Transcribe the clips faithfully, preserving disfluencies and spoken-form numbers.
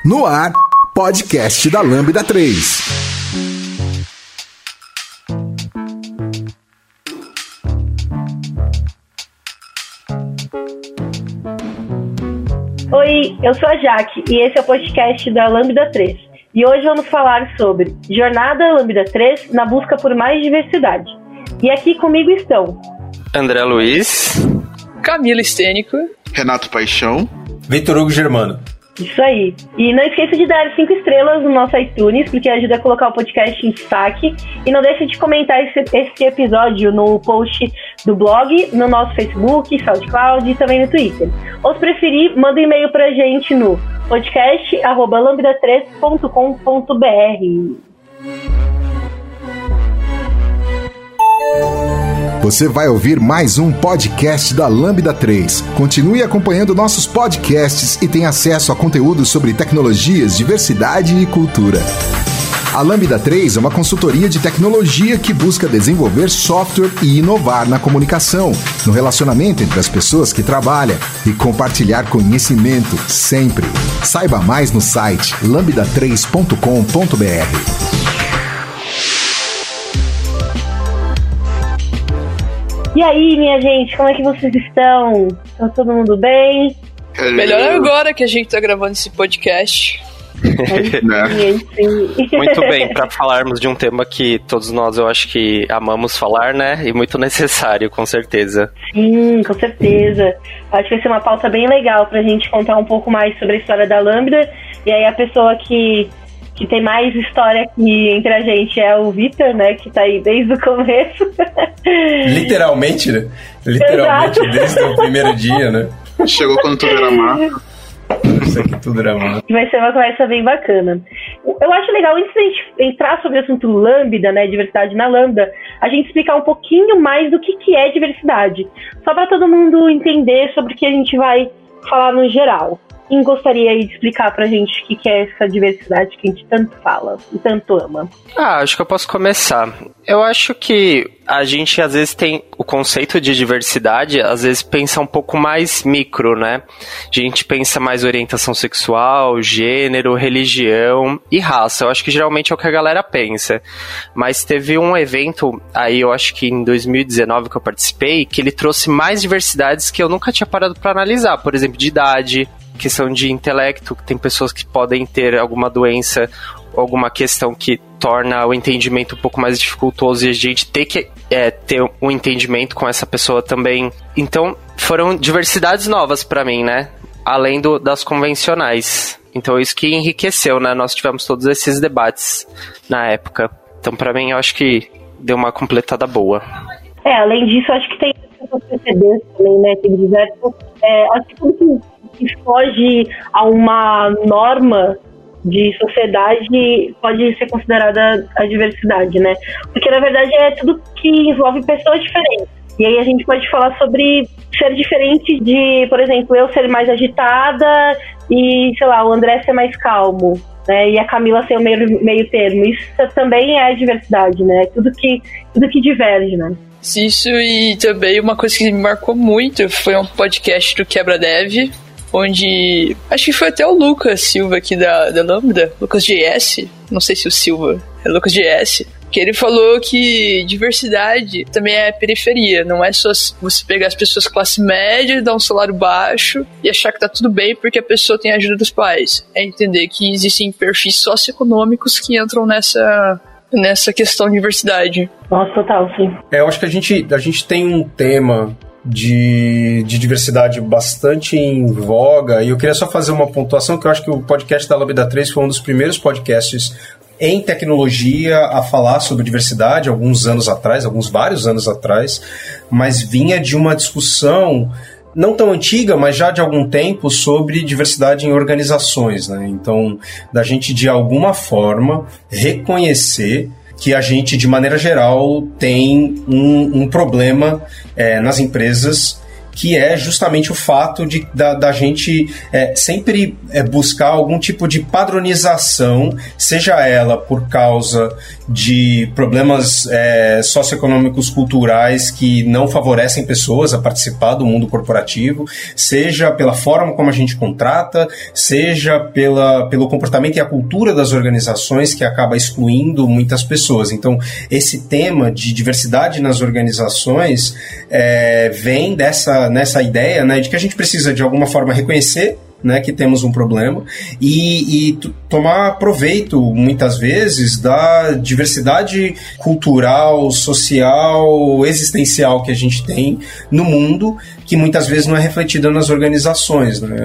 No ar, podcast da Lambda três. Oi, eu sou a Jaque e esse é o podcast da Lambda três. E hoje vamos falar sobre Jornada Lambda três na busca por mais diversidade. E aqui comigo estão André Luiz, Camila Stênico, Renato Paixão, Vitor Hugo Germano. Isso aí. E não esqueça de dar cinco estrelas no nosso iTunes, porque ajuda a colocar o podcast em destaque. E não deixe de comentar esse, esse episódio no post do blog, no nosso Facebook, SoundCloud e também no Twitter. Ou se preferir, manda um e-mail pra gente no podcast arroba lambda três ponto com ponto b r. Você vai ouvir mais um podcast da Lambda três. Continue acompanhando nossos podcasts e tenha acesso a conteúdos sobre tecnologias, diversidade e cultura. A Lambda três é uma consultoria de tecnologia que busca desenvolver software e inovar na comunicação, no relacionamento entre as pessoas que trabalham e compartilhar conhecimento sempre. Saiba mais no site lambda três ponto com ponto b r. E aí, minha gente, como é que vocês estão? Tá todo mundo bem? Melhor agora que a gente tá gravando esse podcast. Muito bem, para falarmos de um tema que todos nós, eu acho que amamos falar, né? E muito necessário, com certeza. Sim, com certeza. Acho que vai ser uma pauta bem legal pra gente contar um pouco mais sobre a história da Lambda. E aí a pessoa que... que tem mais história aqui entre a gente é o Vitor, né, que tá aí desde o começo. Literalmente, né? Literalmente, Exato. Desde o primeiro dia, né? Chegou quando tudo era mato. Isso aqui tudo era mato. Vai ser uma conversa bem bacana. Eu acho legal, antes da gente entrar sobre o assunto Lambda, né, diversidade na Lambda, a gente explicar um pouquinho mais do que, que é diversidade. Só para todo mundo entender sobre o que a gente vai falar no geral. Quem gostaria aí de explicar pra gente o que, que é essa diversidade que a gente tanto fala e tanto ama? Ah, acho que eu posso começar. Eu acho que a gente às vezes tem o conceito de diversidade, às vezes pensa um pouco mais micro, né? A gente pensa mais orientação sexual, gênero, religião e raça. Eu acho que geralmente é o que a galera pensa. Mas teve um evento aí, eu acho que em dois mil e dezenove que eu participei, que ele trouxe mais diversidades que eu nunca tinha parado pra analisar. Por exemplo, de idade, questão de intelecto, tem pessoas que podem ter alguma doença, alguma questão que torna o entendimento um pouco mais dificultoso e a gente ter que é, ter um entendimento com essa pessoa também. Então, foram diversidades novas pra mim, né? Além do, das convencionais. Então, isso que enriqueceu, né? Nós tivemos todos esses debates na época. Então, pra mim, eu acho que deu uma completada boa. É, além disso, acho que tem precedentes também, né? Tem diversos... É, acho que tudo que que foge a uma norma de sociedade pode ser considerada a diversidade, né? Porque, na verdade, é tudo que envolve pessoas diferentes. E aí a gente pode falar sobre ser diferente de, por exemplo, eu ser mais agitada e, sei lá, o André ser mais calmo, né? E a Camila ser o meio, meio termo. Isso também é diversidade, né? Tudo que, tudo que diverge, né? Isso, e também uma coisa que me marcou muito foi um podcast do Quebra Dev, onde acho que foi até o Lucas Silva aqui da, da Lambda, Lucas G S, não sei se o Silva é Lucas G S, que ele falou que diversidade também é periferia, não é só você pegar as pessoas classe média, dar um salário baixo e achar que tá tudo bem porque a pessoa tem a ajuda dos pais. É entender que existem perfis socioeconômicos que entram nessa, nessa questão de diversidade. Nossa, total, sim. É, eu acho que a gente, a gente tem um tema De, de diversidade bastante em voga, e eu queria só fazer uma pontuação, que eu acho que o podcast da Lambda três foi um dos primeiros podcasts em tecnologia a falar sobre diversidade, alguns anos atrás, alguns vários anos atrás, mas vinha de uma discussão não tão antiga, mas já de algum tempo, sobre diversidade em organizações, né? Então, da gente de alguma forma reconhecer que a gente, de maneira geral, tem um, um problema é, nas empresas que é justamente o fato de, da, da gente é, sempre é, buscar algum tipo de padronização, seja ela por causa de problemas é, socioeconômicos culturais que não favorecem pessoas a participar do mundo corporativo, seja pela forma como a gente contrata, seja pela, pelo comportamento e a cultura das organizações que acaba excluindo muitas pessoas. Então, esse tema de diversidade nas organizações é, vem dessa nessa ideia, né, de que a gente precisa de alguma forma reconhecer, né, que temos um problema e, e t- tomar proveito, muitas vezes, da diversidade cultural, social, existencial que a gente tem no mundo, que muitas vezes não é refletida nas organizações, né?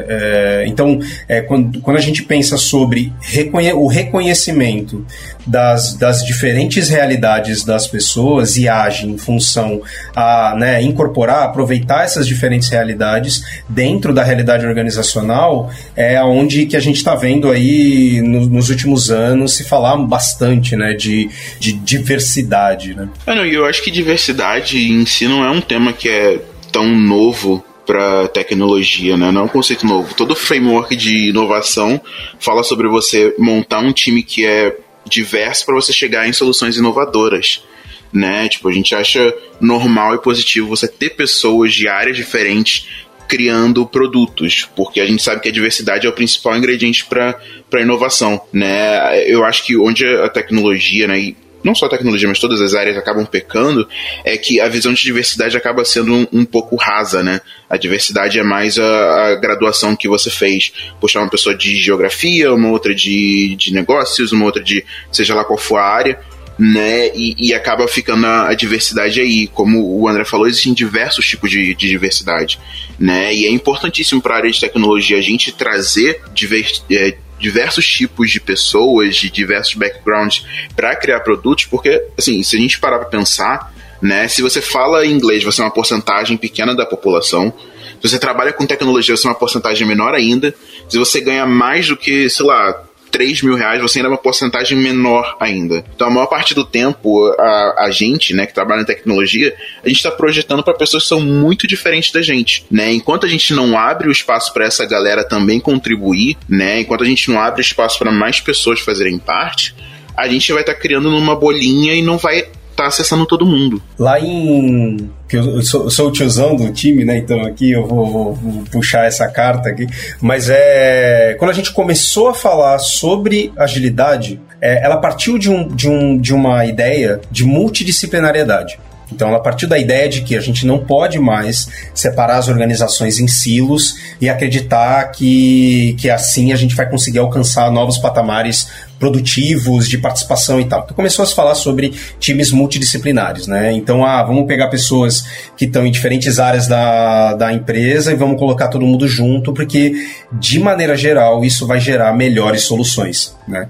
É, então, é, quando, quando a gente pensa sobre reconhe- o reconhecimento das, das diferentes realidades das pessoas e age em função a, né, incorporar, aproveitar essas diferentes realidades dentro da realidade organizacional, é onde que a gente está vendo aí no, nos últimos anos se falar bastante, né, de, de diversidade, né? É, não, e eu acho que diversidade em si não é um tema que é tão novo para tecnologia, né? Não é um conceito novo. Todo framework de inovação fala sobre você montar um time que é diverso para você chegar em soluções inovadoras, né? Tipo, a gente acha normal e positivo você ter pessoas de áreas diferentes criando produtos, porque a gente sabe que a diversidade é o principal ingrediente para a inovação, né? Eu acho que onde a tecnologia, né, e não só a tecnologia, mas todas as áreas acabam pecando, é que a visão de diversidade acaba sendo um, um pouco rasa, né? A diversidade é mais a, a graduação que você fez. Puxar uma pessoa de geografia, uma outra de, de negócios, uma outra de seja lá qual for a área, né? E, e acaba ficando a, a diversidade aí. Como o André falou, existem diversos tipos de, de diversidade, né? E é importantíssimo para a área de tecnologia a gente trazer divers, é, diversos tipos de pessoas, de diversos backgrounds para criar produtos, porque, assim, se a gente parar para pensar, né, se você fala inglês, você é uma porcentagem pequena da população. Se você trabalha com tecnologia, você é uma porcentagem menor ainda. Se você ganha mais do que, sei lá, três mil reais, você ainda é uma porcentagem menor ainda. Então, a maior parte do tempo, a, a gente, né, que trabalha em tecnologia, a gente está projetando para pessoas que são muito diferentes da gente, né? Enquanto a gente não abre o espaço para essa galera também contribuir, né? Enquanto a gente não abre espaço para mais pessoas fazerem parte, a gente vai estar tá criando numa bolinha e não vai tá acessando todo mundo. Lá em... que eu sou, eu sou o tiozão do time, né? Então aqui eu vou, vou, vou puxar essa carta aqui. Mas é... quando a gente começou a falar sobre agilidade, é, ela partiu de, um, de, um, de uma ideia de multidisciplinariedade. Então ela partiu da ideia de que a gente não pode mais separar as organizações em silos e acreditar que, que assim a gente vai conseguir alcançar novos patamares produtivos, de participação e tal. Então começou a se falar sobre times multidisciplinares, né? Então, ah, vamos pegar pessoas que estão em diferentes áreas da, da empresa e vamos colocar todo mundo junto, porque, de maneira geral, isso vai gerar melhores soluções, né?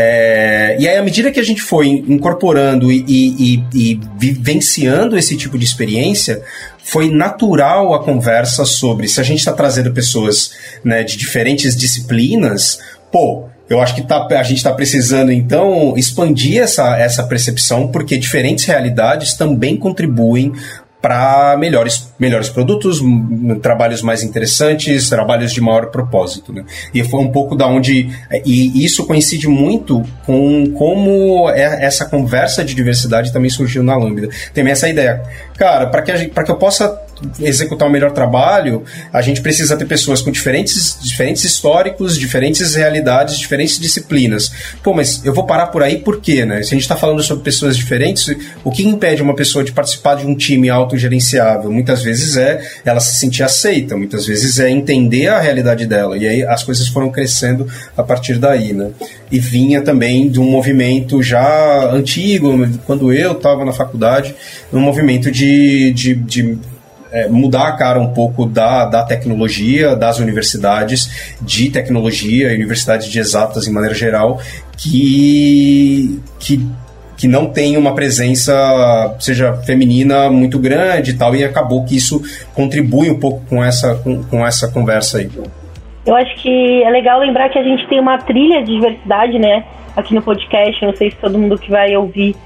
É, e aí, à medida que a gente foi incorporando e, e, e, e vivenciando esse tipo de experiência, foi natural a conversa sobre se a gente está trazendo pessoas, né, de diferentes disciplinas, pô, eu acho que tá, a gente está precisando, então, expandir essa, essa percepção, porque diferentes realidades também contribuem para melhores, melhores produtos, trabalhos mais interessantes, trabalhos de maior propósito, né? E foi um pouco da onde... E isso coincide muito com como essa conversa de diversidade também surgiu na Lambda. Tem essa ideia. Cara, para que, para que eu possa executar um melhor trabalho, a gente precisa ter pessoas com diferentes, diferentes históricos, diferentes realidades, diferentes disciplinas. Pô, mas eu vou parar por aí por quê, né? Se a gente está falando sobre pessoas diferentes, o que impede uma pessoa de participar de um time autogerenciável? Muitas vezes é ela se sentir aceita, muitas vezes é entender a realidade dela, e aí as coisas foram crescendo a partir daí, né? E vinha também de um movimento já antigo, quando eu estava na faculdade, um movimento de, de, de É, mudar a cara um pouco da, da tecnologia, das universidades de tecnologia, universidades de exatas em maneira geral, que, que, que não tem uma presença, seja feminina, muito grande e tal, e acabou que isso contribui um pouco com essa, com, com essa conversa aí. Eu acho que é legal lembrar que a gente tem uma trilha de diversidade, né, aqui no podcast. Não sei se todo mundo que vai ouvir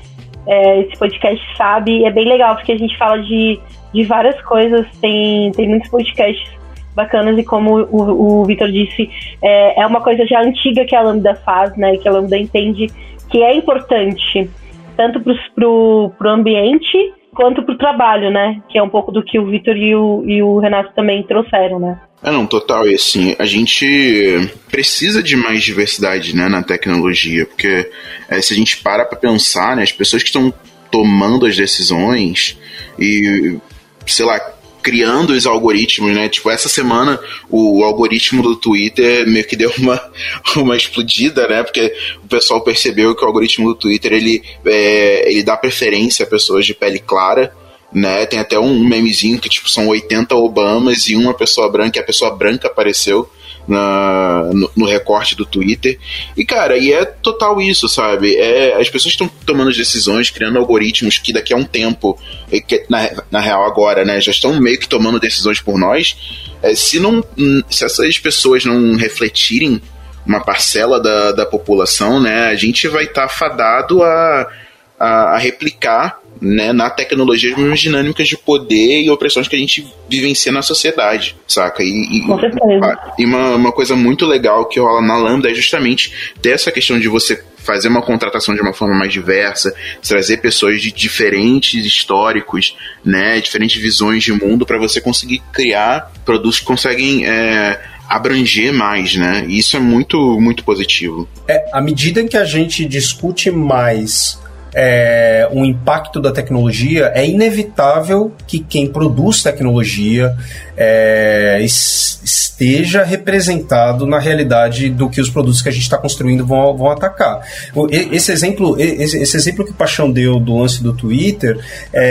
é, esse podcast sabe, e é bem legal, porque a gente fala de, de várias coisas, tem, tem muitos podcasts bacanas, e como o, o Vitor disse, é, é uma coisa já antiga que a Lambda faz, né, que a Lambda entende que é importante, tanto pro, pro, pro ambiente, quanto pro trabalho, né, que é um pouco do que o Vitor e o, e o Renato também trouxeram, né. É, não, total, e assim, a gente precisa de mais diversidade, né, na tecnologia, porque é, se a gente para pra pensar, né, as pessoas que estão tomando as decisões e, sei lá, criando os algoritmos, né, tipo, essa semana o algoritmo do Twitter meio que deu uma, uma explodida, né, porque o pessoal percebeu que o algoritmo do Twitter, ele, é, ele dá preferência a pessoas de pele clara, né, tem até um memezinho que tipo são oitenta Obamas e uma pessoa branca, e a pessoa branca apareceu na, no, no recorte do Twitter, e cara, e é total isso, sabe, é, as pessoas estão tomando as decisões, criando algoritmos que daqui a um tempo, que, na, na real agora, né, já estão meio que tomando decisões por nós, é, se, não, se essas pessoas não refletirem uma parcela da, da população, né, a gente vai estar tá fadado a, a, a replicar, né, na tecnologia as mesmas dinâmicas de poder e opressões que a gente vivencia na sociedade, saca? E, e, e uma, uma coisa muito legal que rola na Lambda é justamente ter essa questão de você fazer uma contratação de uma forma mais diversa, trazer pessoas de diferentes históricos, né, diferentes visões de mundo, para você conseguir criar produtos que conseguem é, abranger mais, né? E isso é muito, muito positivo. É, à medida que a gente discute mais É, o impacto da tecnologia, é inevitável que quem produz tecnologia é, esteja representado na realidade do que os produtos que a gente está construindo vão, vão atacar. Esse exemplo, esse, esse exemplo que o Paixão deu do lance do Twitter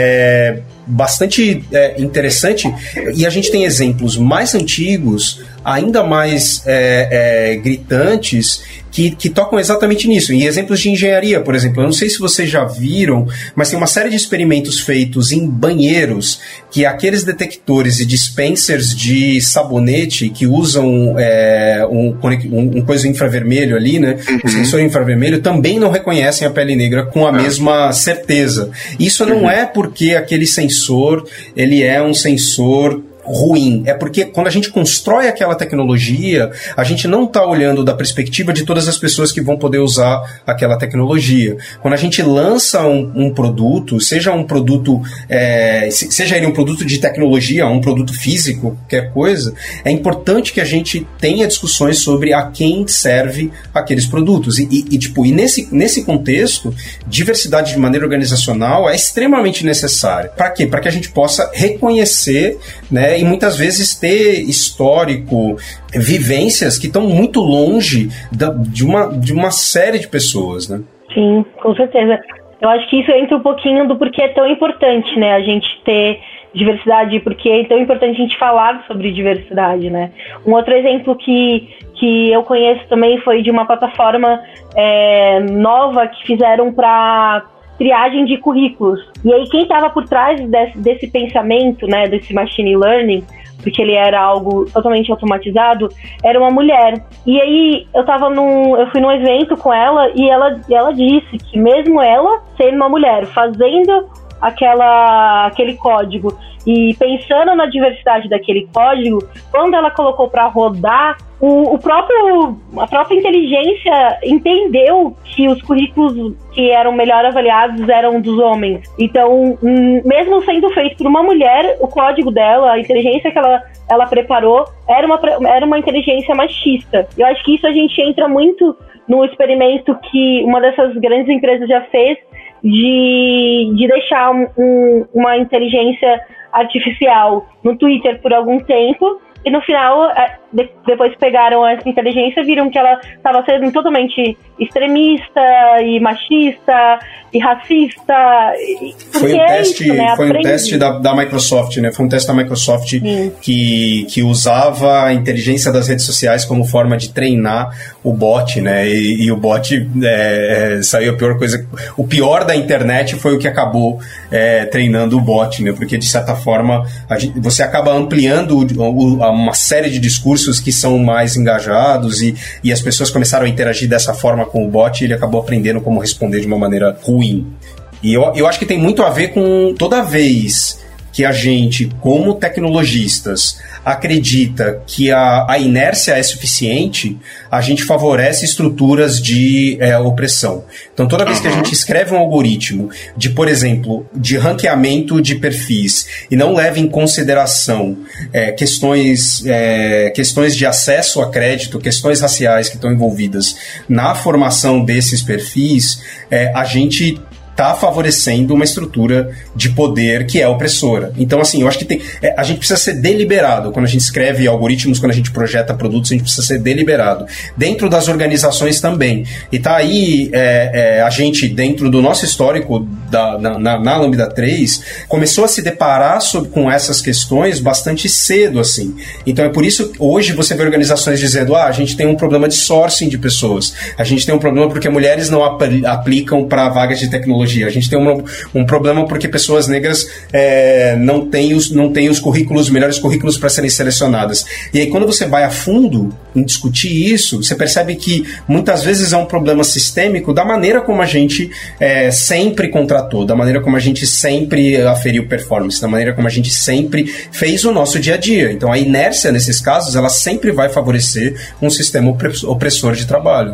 é bastante é, interessante, e a gente tem exemplos mais antigos, ainda mais é, é, gritantes, que, que tocam exatamente nisso. E exemplos de engenharia, por exemplo, eu não sei se vocês já viram, mas tem uma série de experimentos feitos em banheiros, que aqueles detectores e dispensers de sabonete que usam é, um, um, um coisa infravermelho ali, né, uhum. um sensor infravermelho, também não reconhecem a pele negra com a uhum. mesma certeza. Isso não uhum. é porque aquele sensor, ele é um sensor ruim, é porque quando a gente constrói aquela tecnologia, a gente não está olhando da perspectiva de todas as pessoas que vão poder usar aquela tecnologia. Quando a gente lança um, um produto, seja um produto, é, seja ele um produto de tecnologia, um produto físico, qualquer coisa, é importante que a gente tenha discussões sobre a quem serve aqueles produtos. E, e, e, tipo, e nesse, nesse contexto, diversidade de maneira organizacional é extremamente necessária. Para quê? Para que a gente possa reconhecer, né, e muitas vezes ter histórico, vivências que estão muito longe da, de, uma, de uma série de pessoas, né? Sim, com certeza. Eu acho que isso entra um pouquinho do porquê é tão importante, né, a gente ter diversidade, porque é tão importante a gente falar sobre diversidade, né? Um outro exemplo que, que eu conheço também foi de uma plataforma é, nova que fizeram para triagem de currículos. E aí quem estava por trás desse, desse pensamento, né, desse machine learning, porque ele era algo totalmente automatizado, era uma mulher. E aí eu tava num, eu fui num evento com ela e ela, e ela disse que mesmo ela sendo uma mulher, fazendo aquela, aquele código e pensando na diversidade daquele código, quando ela colocou para rodar, o, o próprio, a própria inteligência entendeu que os currículos que eram melhor avaliados eram dos homens. Então, mesmo sendo feito por uma mulher, o código dela, a inteligência que ela, ela preparou, era uma, era uma inteligência machista. Eu acho que isso a gente entra muito no experimento que uma dessas grandes empresas já fez, de, de deixar um, uma inteligência artificial no Twitter por algum tempo, e no final, de, depois pegaram essa inteligência e viram que ela estava sendo totalmente extremista e machista e racista. Foi um teste, é isso, né? Foi um teste da, da Microsoft, né? Foi um teste da Microsoft que, que usava a inteligência das redes sociais como forma de treinar o bot, né? E, e o bot é, é, saiu a pior coisa. O pior da internet foi o que acabou é, treinando o bot, né? Porque de certa forma a gente, você acaba ampliando o, o, uma série de discursos que são mais engajados e, e as pessoas começaram a interagir dessa forma com o bot e ele acabou aprendendo como responder de uma maneira ruim. E eu, eu acho que tem muito a ver com toda vez que a gente, como tecnologistas, acredita que a, a inércia é suficiente, a gente favorece estruturas de é, opressão. Então, toda vez que a gente escreve um algoritmo de, por exemplo, de ranqueamento de perfis e não leva em consideração é, questões, é, questões de acesso a crédito, questões raciais que estão envolvidas na formação desses perfis, é, a gente está favorecendo uma estrutura de poder que é opressora. Então, assim, eu acho que tem, é, a gente precisa ser deliberado. Quando a gente escreve algoritmos, quando a gente projeta produtos, a gente precisa ser deliberado. Dentro das organizações também. E tá aí é, é, a gente, dentro do nosso histórico da, na, na, na Lambda três, começou a se deparar sobre, com essas questões bastante cedo, assim. Então, é por isso que hoje você vê organizações dizendo, ah, a gente tem um problema de sourcing de pessoas. A gente tem um problema porque mulheres não ap- aplicam para vagas de tecnologia. A gente tem um, um problema porque pessoas negras é, não têm os, não têm os currículos, melhores currículos para serem selecionadas. E aí, quando você vai a fundo em discutir isso, você percebe que muitas vezes é um problema sistêmico da maneira como a gente é, sempre contratou, da maneira como a gente sempre aferiu performance, da maneira como a gente sempre fez o nosso dia a dia. Então, a inércia, nesses casos, ela sempre vai favorecer um sistema opressor de trabalho.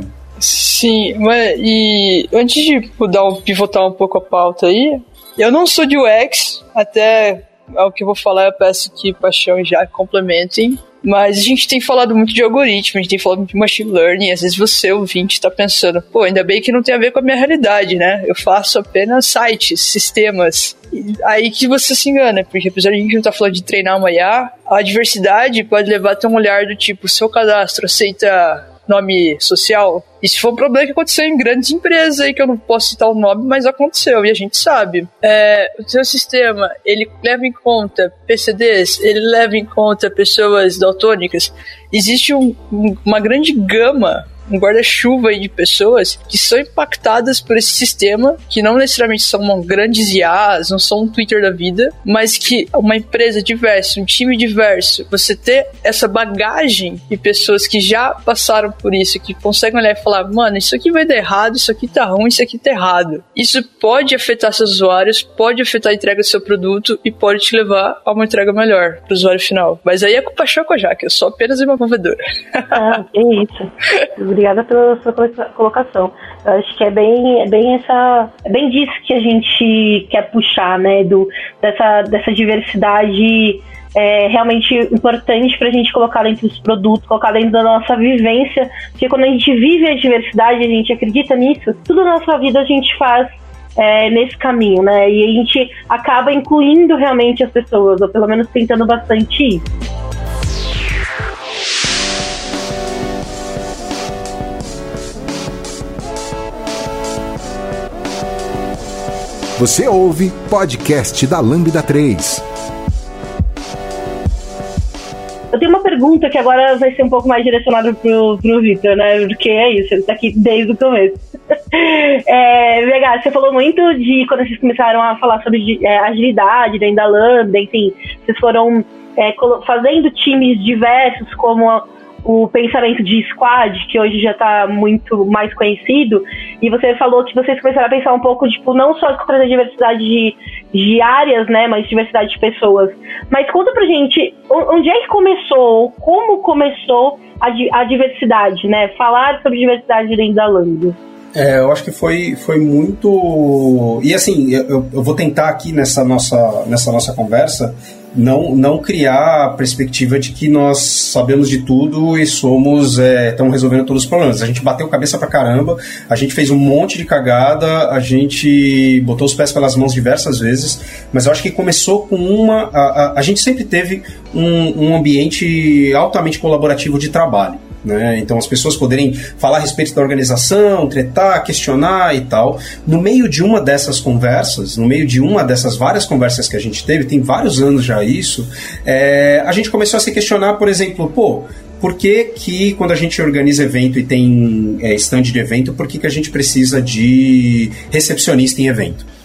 Sim, mas e antes de mudar, pivotar um pouco a pauta aí, eu não sou de U X, até o que eu vou falar eu peço que Paixão e Jaque complementem, mas a gente tem falado muito de algoritmo, a gente tem falado muito de machine learning, às vezes você, ouvinte, está pensando, pô, ainda bem que não tem a ver com a minha realidade, né? Eu faço apenas sites, sistemas. E aí que você se engana, porque apesar de a gente não estar tá falando de treinar uma I A, a diversidade pode levar até um olhar do tipo, seu cadastro aceita nome social? Isso foi um problema que aconteceu em grandes empresas aí, que eu não posso citar o nome, mas aconteceu, e a gente sabe. É, o seu sistema, ele leva em conta P C Ds, ele leva em conta pessoas daltônicas. Existe um, um, uma grande gama, um guarda-chuva aí de pessoas que são impactadas por esse sistema, que não necessariamente são grandes I As, não são um Twitter da vida, mas que uma empresa diversa, um time diverso, você ter essa bagagem de pessoas que já passaram por isso, que conseguem olhar e falar, mano, isso aqui vai dar errado, isso aqui tá ruim, isso aqui tá errado. Isso pode afetar seus usuários, pode afetar a entrega do seu produto e pode te levar a uma entrega melhor pro usuário final. Mas aí é culpa Choco Jaque, eu sou apenas uma provedora. Ah, é isso. Obrigada pela sua colocação. Eu acho que é bem, é bem essa, é bem disso que a gente quer puxar, né? Do, dessa, dessa diversidade é, realmente importante para a gente colocar dentro dos produtos, colocar dentro da nossa vivência. Porque quando a gente vive a diversidade, a gente acredita nisso, tudo na nossa vida a gente faz é, nesse caminho, né? E a gente acaba incluindo realmente as pessoas, ou pelo menos tentando bastante isso. Você ouve podcast da Lambda três. Eu tenho uma pergunta que agora vai ser um pouco mais direcionada pro, pro Victor, né? Porque é isso, ele tá aqui desde o começo. é, V H, você falou muito de quando vocês começaram a falar sobre é, agilidade dentro da Lambda, enfim, vocês foram é, fazendo times diversos, como a, o pensamento de squad, que hoje já está muito mais conhecido, e você falou que vocês começaram a pensar um pouco, tipo, não só trazer diversidade de, de áreas, né, mas diversidade de pessoas. Mas conta pra gente, onde é que começou, como começou a, a diversidade, né, falar sobre diversidade dentro da Lambda? É, eu acho que foi, foi muito... E assim, eu, eu vou tentar aqui nessa nossa, nessa nossa conversa não, não criar a perspectiva de que nós sabemos de tudo e somos, é, estamos resolvendo todos os problemas. A gente bateu cabeça pra caramba, a gente fez um monte de cagada, a gente botou os pés pelas mãos diversas vezes, mas eu acho que começou com uma... A, a, a gente sempre teve um, um ambiente altamente colaborativo de trabalho. Né? Então as pessoas poderem falar a respeito da organização, tretar, questionar e tal. No meio de uma dessas conversas, no meio de uma dessas várias conversas que a gente teve, tem vários anos já isso, é, a gente começou a se questionar, por exemplo, pô, por que que quando a gente organiza evento e tem é, stand de evento, por que que a gente precisa de recepcionista em evento?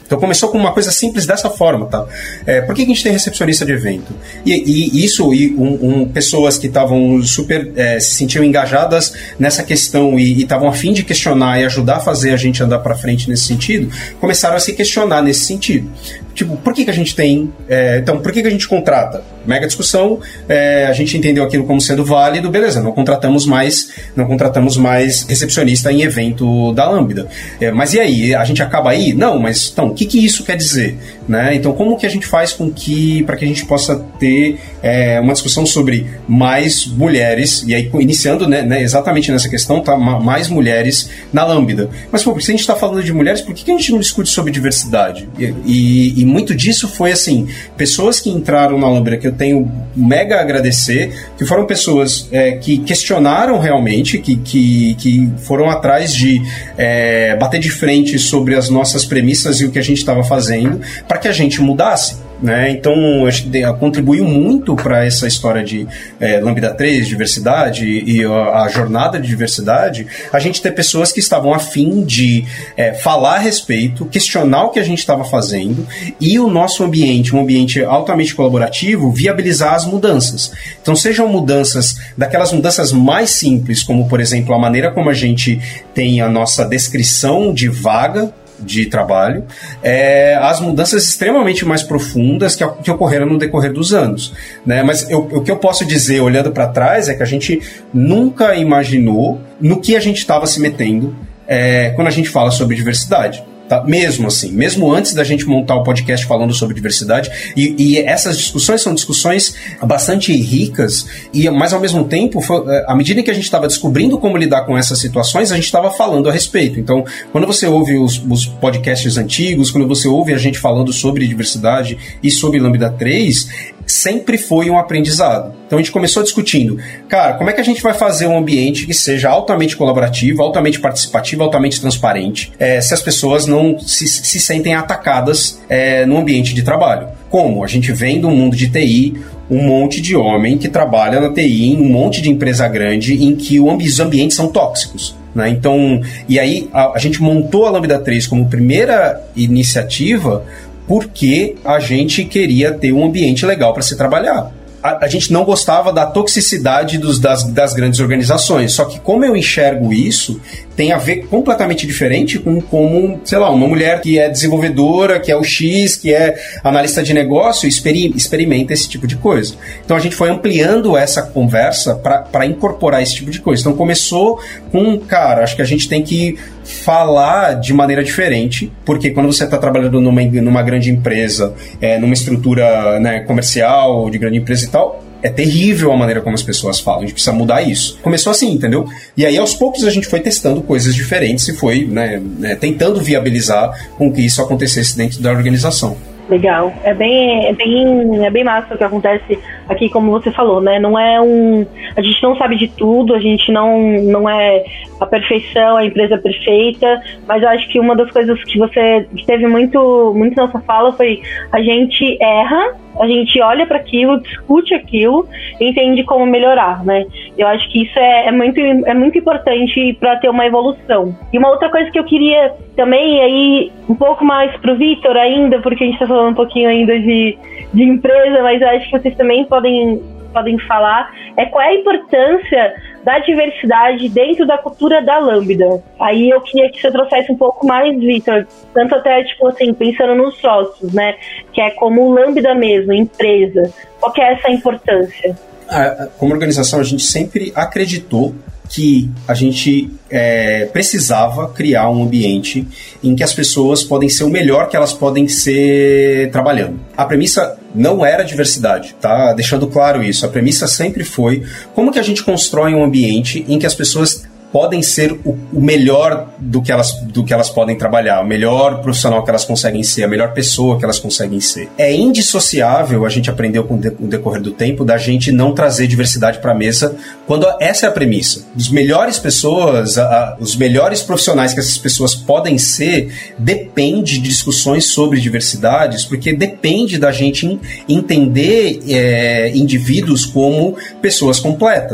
Então começou com uma coisa simples dessa forma, tá? É, por que a gente tem recepcionista de evento? E, e isso, e um, um, pessoas que estavam super, é, se sentiam engajadas nessa questão e estavam a fim de questionar e ajudar a fazer a gente andar para frente nesse sentido, começaram a se questionar nesse sentido. Tipo, por que que a gente tem... É, então, por que que a gente contrata? Mega discussão, é, a gente entendeu aquilo como sendo válido, beleza, não contratamos mais, não contratamos mais recepcionista em evento da Lambda. É, mas e aí? A gente acaba aí? Não, mas então, o que que isso quer dizer? Né? Então, como que a gente faz com que, para que a gente possa ter é, uma discussão sobre mais mulheres, e aí iniciando né, né, exatamente nessa questão, tá, mais mulheres na Lambda. Mas, pô, se a gente está falando de mulheres, por que que a gente não discute sobre diversidade? E, e, e muito disso foi assim, pessoas que entraram na Lambda, que eu tenho mega a agradecer, que foram pessoas é, que questionaram realmente, que, que, que foram atrás de é, bater de frente sobre as nossas premissas e o que a gente estava fazendo, para que a gente mudasse. Né? Então, acho que contribuiu muito para essa história de é, Lambda três, diversidade e a, a jornada de diversidade, a gente ter pessoas que estavam a fim de é, falar a respeito, questionar o que a gente estava fazendo e o nosso ambiente, um ambiente altamente colaborativo, viabilizar as mudanças. Então, sejam mudanças, daquelas mudanças mais simples, como, por exemplo, a maneira como a gente tem a nossa descrição de vaga de trabalho, é, as mudanças extremamente mais profundas que, que ocorreram no decorrer dos anos. Né? Mas eu, o que eu posso dizer, olhando para trás, é que a gente nunca imaginou no que a gente estava se metendo é, quando a gente fala sobre diversidade. Tá? Mesmo assim, mesmo antes da gente montar o podcast falando sobre diversidade, e, e essas discussões são discussões bastante ricas, e, mas ao mesmo tempo, foi, à medida que a gente estava descobrindo como lidar com essas situações, a gente estava falando a respeito. Então, quando você ouve os, os podcasts antigos, quando você ouve a gente falando sobre diversidade e sobre Lambda três, sempre foi um aprendizado. Então a gente começou discutindo, cara, como é que a gente vai fazer um ambiente que seja altamente colaborativo, altamente participativo, altamente transparente, é, se as pessoas não se, se sentem atacadas é, no ambiente de trabalho. Como? A gente vem do mundo de T I, um monte de homem que trabalha na T I, em um monte de empresa grande em que os ambientes são tóxicos. Né? Então, e aí a, a gente montou a Lambda três como primeira iniciativa porque a gente queria ter um ambiente legal para se trabalhar. A, a gente não gostava da toxicidade dos, das, das grandes organizações, só que como eu enxergo isso, tem a ver completamente diferente com como, sei lá, uma mulher que é desenvolvedora, que é o X, que é analista de negócio, experi- experimenta esse tipo de coisa. Então a gente foi ampliando essa conversa para incorporar esse tipo de coisa. Então começou com, cara, acho que a gente tem que falar de maneira diferente, porque quando você está trabalhando numa, numa grande empresa, é, numa estrutura né, comercial, de grande empresa e tal, é terrível a maneira como as pessoas falam, a gente precisa mudar isso. Começou assim, entendeu? E aí aos poucos a gente foi testando coisas diferentes e foi né, né, tentando viabilizar com que isso acontecesse dentro da organização. Legal, é bem, é bem, é bem massa o que acontece aqui, como você falou, né? Não é um, a gente não sabe de tudo, a gente não, não é a perfeição, a empresa perfeita, mas eu acho que uma das coisas que você que teve muito, muito nessa fala foi a gente erra, a gente olha para aquilo, discute aquilo e entende como melhorar, né? Eu acho que isso é, é, muito, é muito importante para ter uma evolução. E uma outra coisa que eu queria também, aí um pouco mais pro Vitor ainda, porque a gente está falando um pouquinho ainda de, de empresa, mas eu acho que vocês também podem, podem falar, é qual é a importância da diversidade dentro da cultura da Lambda. Aí eu queria que você trouxesse um pouco mais, Vitor, tanto até, tipo assim, pensando nos sócios, né, que é como Lambda mesmo, empresa, qual que é essa importância? Como organização, a gente sempre acreditou que a gente é, precisava criar um ambiente em que as pessoas podem ser o melhor que elas podem ser trabalhando. A premissa não era diversidade, tá? Deixando claro isso. A premissa sempre foi como que a gente constrói um ambiente em que as pessoas podem ser o, o melhor do que, elas, do que elas podem trabalhar, o melhor profissional que elas conseguem ser, a melhor pessoa que elas conseguem ser. É indissociável, a gente aprendeu com o decorrer do tempo, da gente não trazer diversidade para a mesa, quando essa é a premissa. As melhores pessoas, a, a, os melhores profissionais que essas pessoas podem ser, depende de discussões sobre diversidades, porque depende da gente entender é, indivíduos como pessoas completas.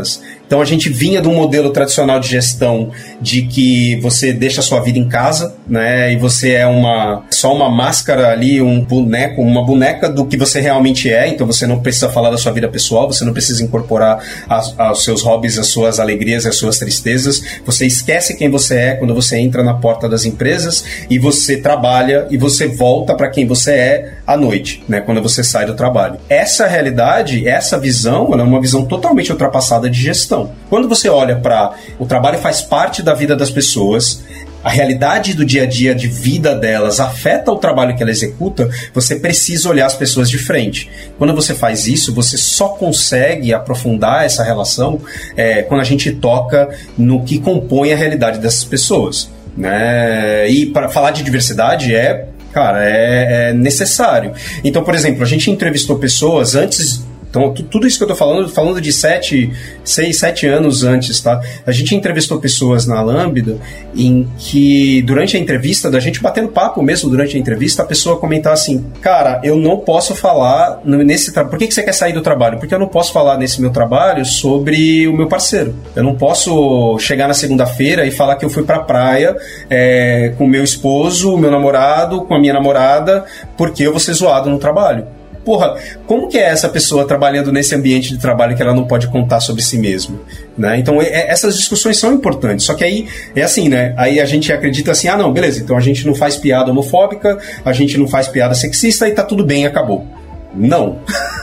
Então a gente vinha de um modelo tradicional de gestão de que você deixa a sua vida em casa, né? E você é uma só uma máscara ali, um boneco, uma boneca do que você realmente é. Então você não precisa falar da sua vida pessoal, você não precisa incorporar os seus hobbies, as suas alegrias e as suas tristezas. Você esquece quem você é quando você entra na porta das empresas e você trabalha e você volta para quem você é à noite, né? Quando você sai do trabalho. Essa realidade, essa visão, ela é uma visão totalmente ultrapassada de gestão. Quando você olha para o trabalho faz parte da vida das pessoas, a realidade do dia a dia de vida delas afeta o trabalho que ela executa, você precisa olhar as pessoas de frente. Quando você faz isso, você só consegue aprofundar essa relação é, quando a gente toca no que compõe a realidade dessas pessoas, né? E para falar de diversidade é, cara, é, é necessário. Então, por exemplo, a gente entrevistou pessoas antes. Então, tudo isso que eu tô falando, falando de sete, seis, sete anos antes, tá? A gente entrevistou pessoas na Lambda em que, durante a entrevista, da gente batendo papo mesmo durante a entrevista, a pessoa comentava assim, cara, eu não posso falar nesse trabalho. Por que que você quer sair do trabalho? Porque eu não posso falar nesse meu trabalho sobre o meu parceiro. Eu não posso chegar na segunda-feira e falar que eu fui pra praia é, com o meu esposo, o meu namorado, com a minha namorada, porque eu vou ser zoado no trabalho. Porra, como que é essa pessoa trabalhando nesse ambiente de trabalho que ela não pode contar sobre si mesma, né? Então, é, essas discussões são importantes, só que aí é assim, né? Aí a gente acredita assim, ah, não, beleza, então a gente não faz piada homofóbica, a gente não faz piada sexista e tá tudo bem, acabou. Não.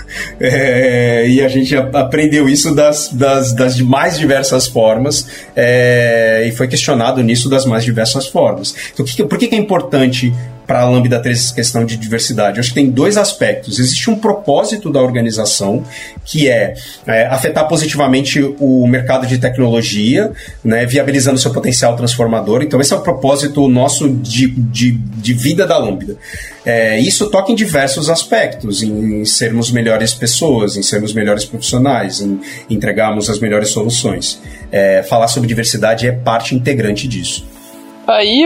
É, e a gente aprendeu isso das, das, das mais diversas formas é, e foi questionado nisso das mais diversas formas. Então, que, por que, que é importante para a Lambda três essa questão de diversidade? Eu acho que tem dois aspectos. Existe um propósito da organização, que é, é afetar positivamente o mercado de tecnologia, né, viabilizando seu potencial transformador. Então, esse é o propósito nosso de, de, de vida da Lambda. É, isso toca em diversos aspectos, em sermos melhores pessoas, em sermos melhores profissionais, em entregarmos as melhores soluções. É, falar sobre diversidade é parte integrante disso. Aí,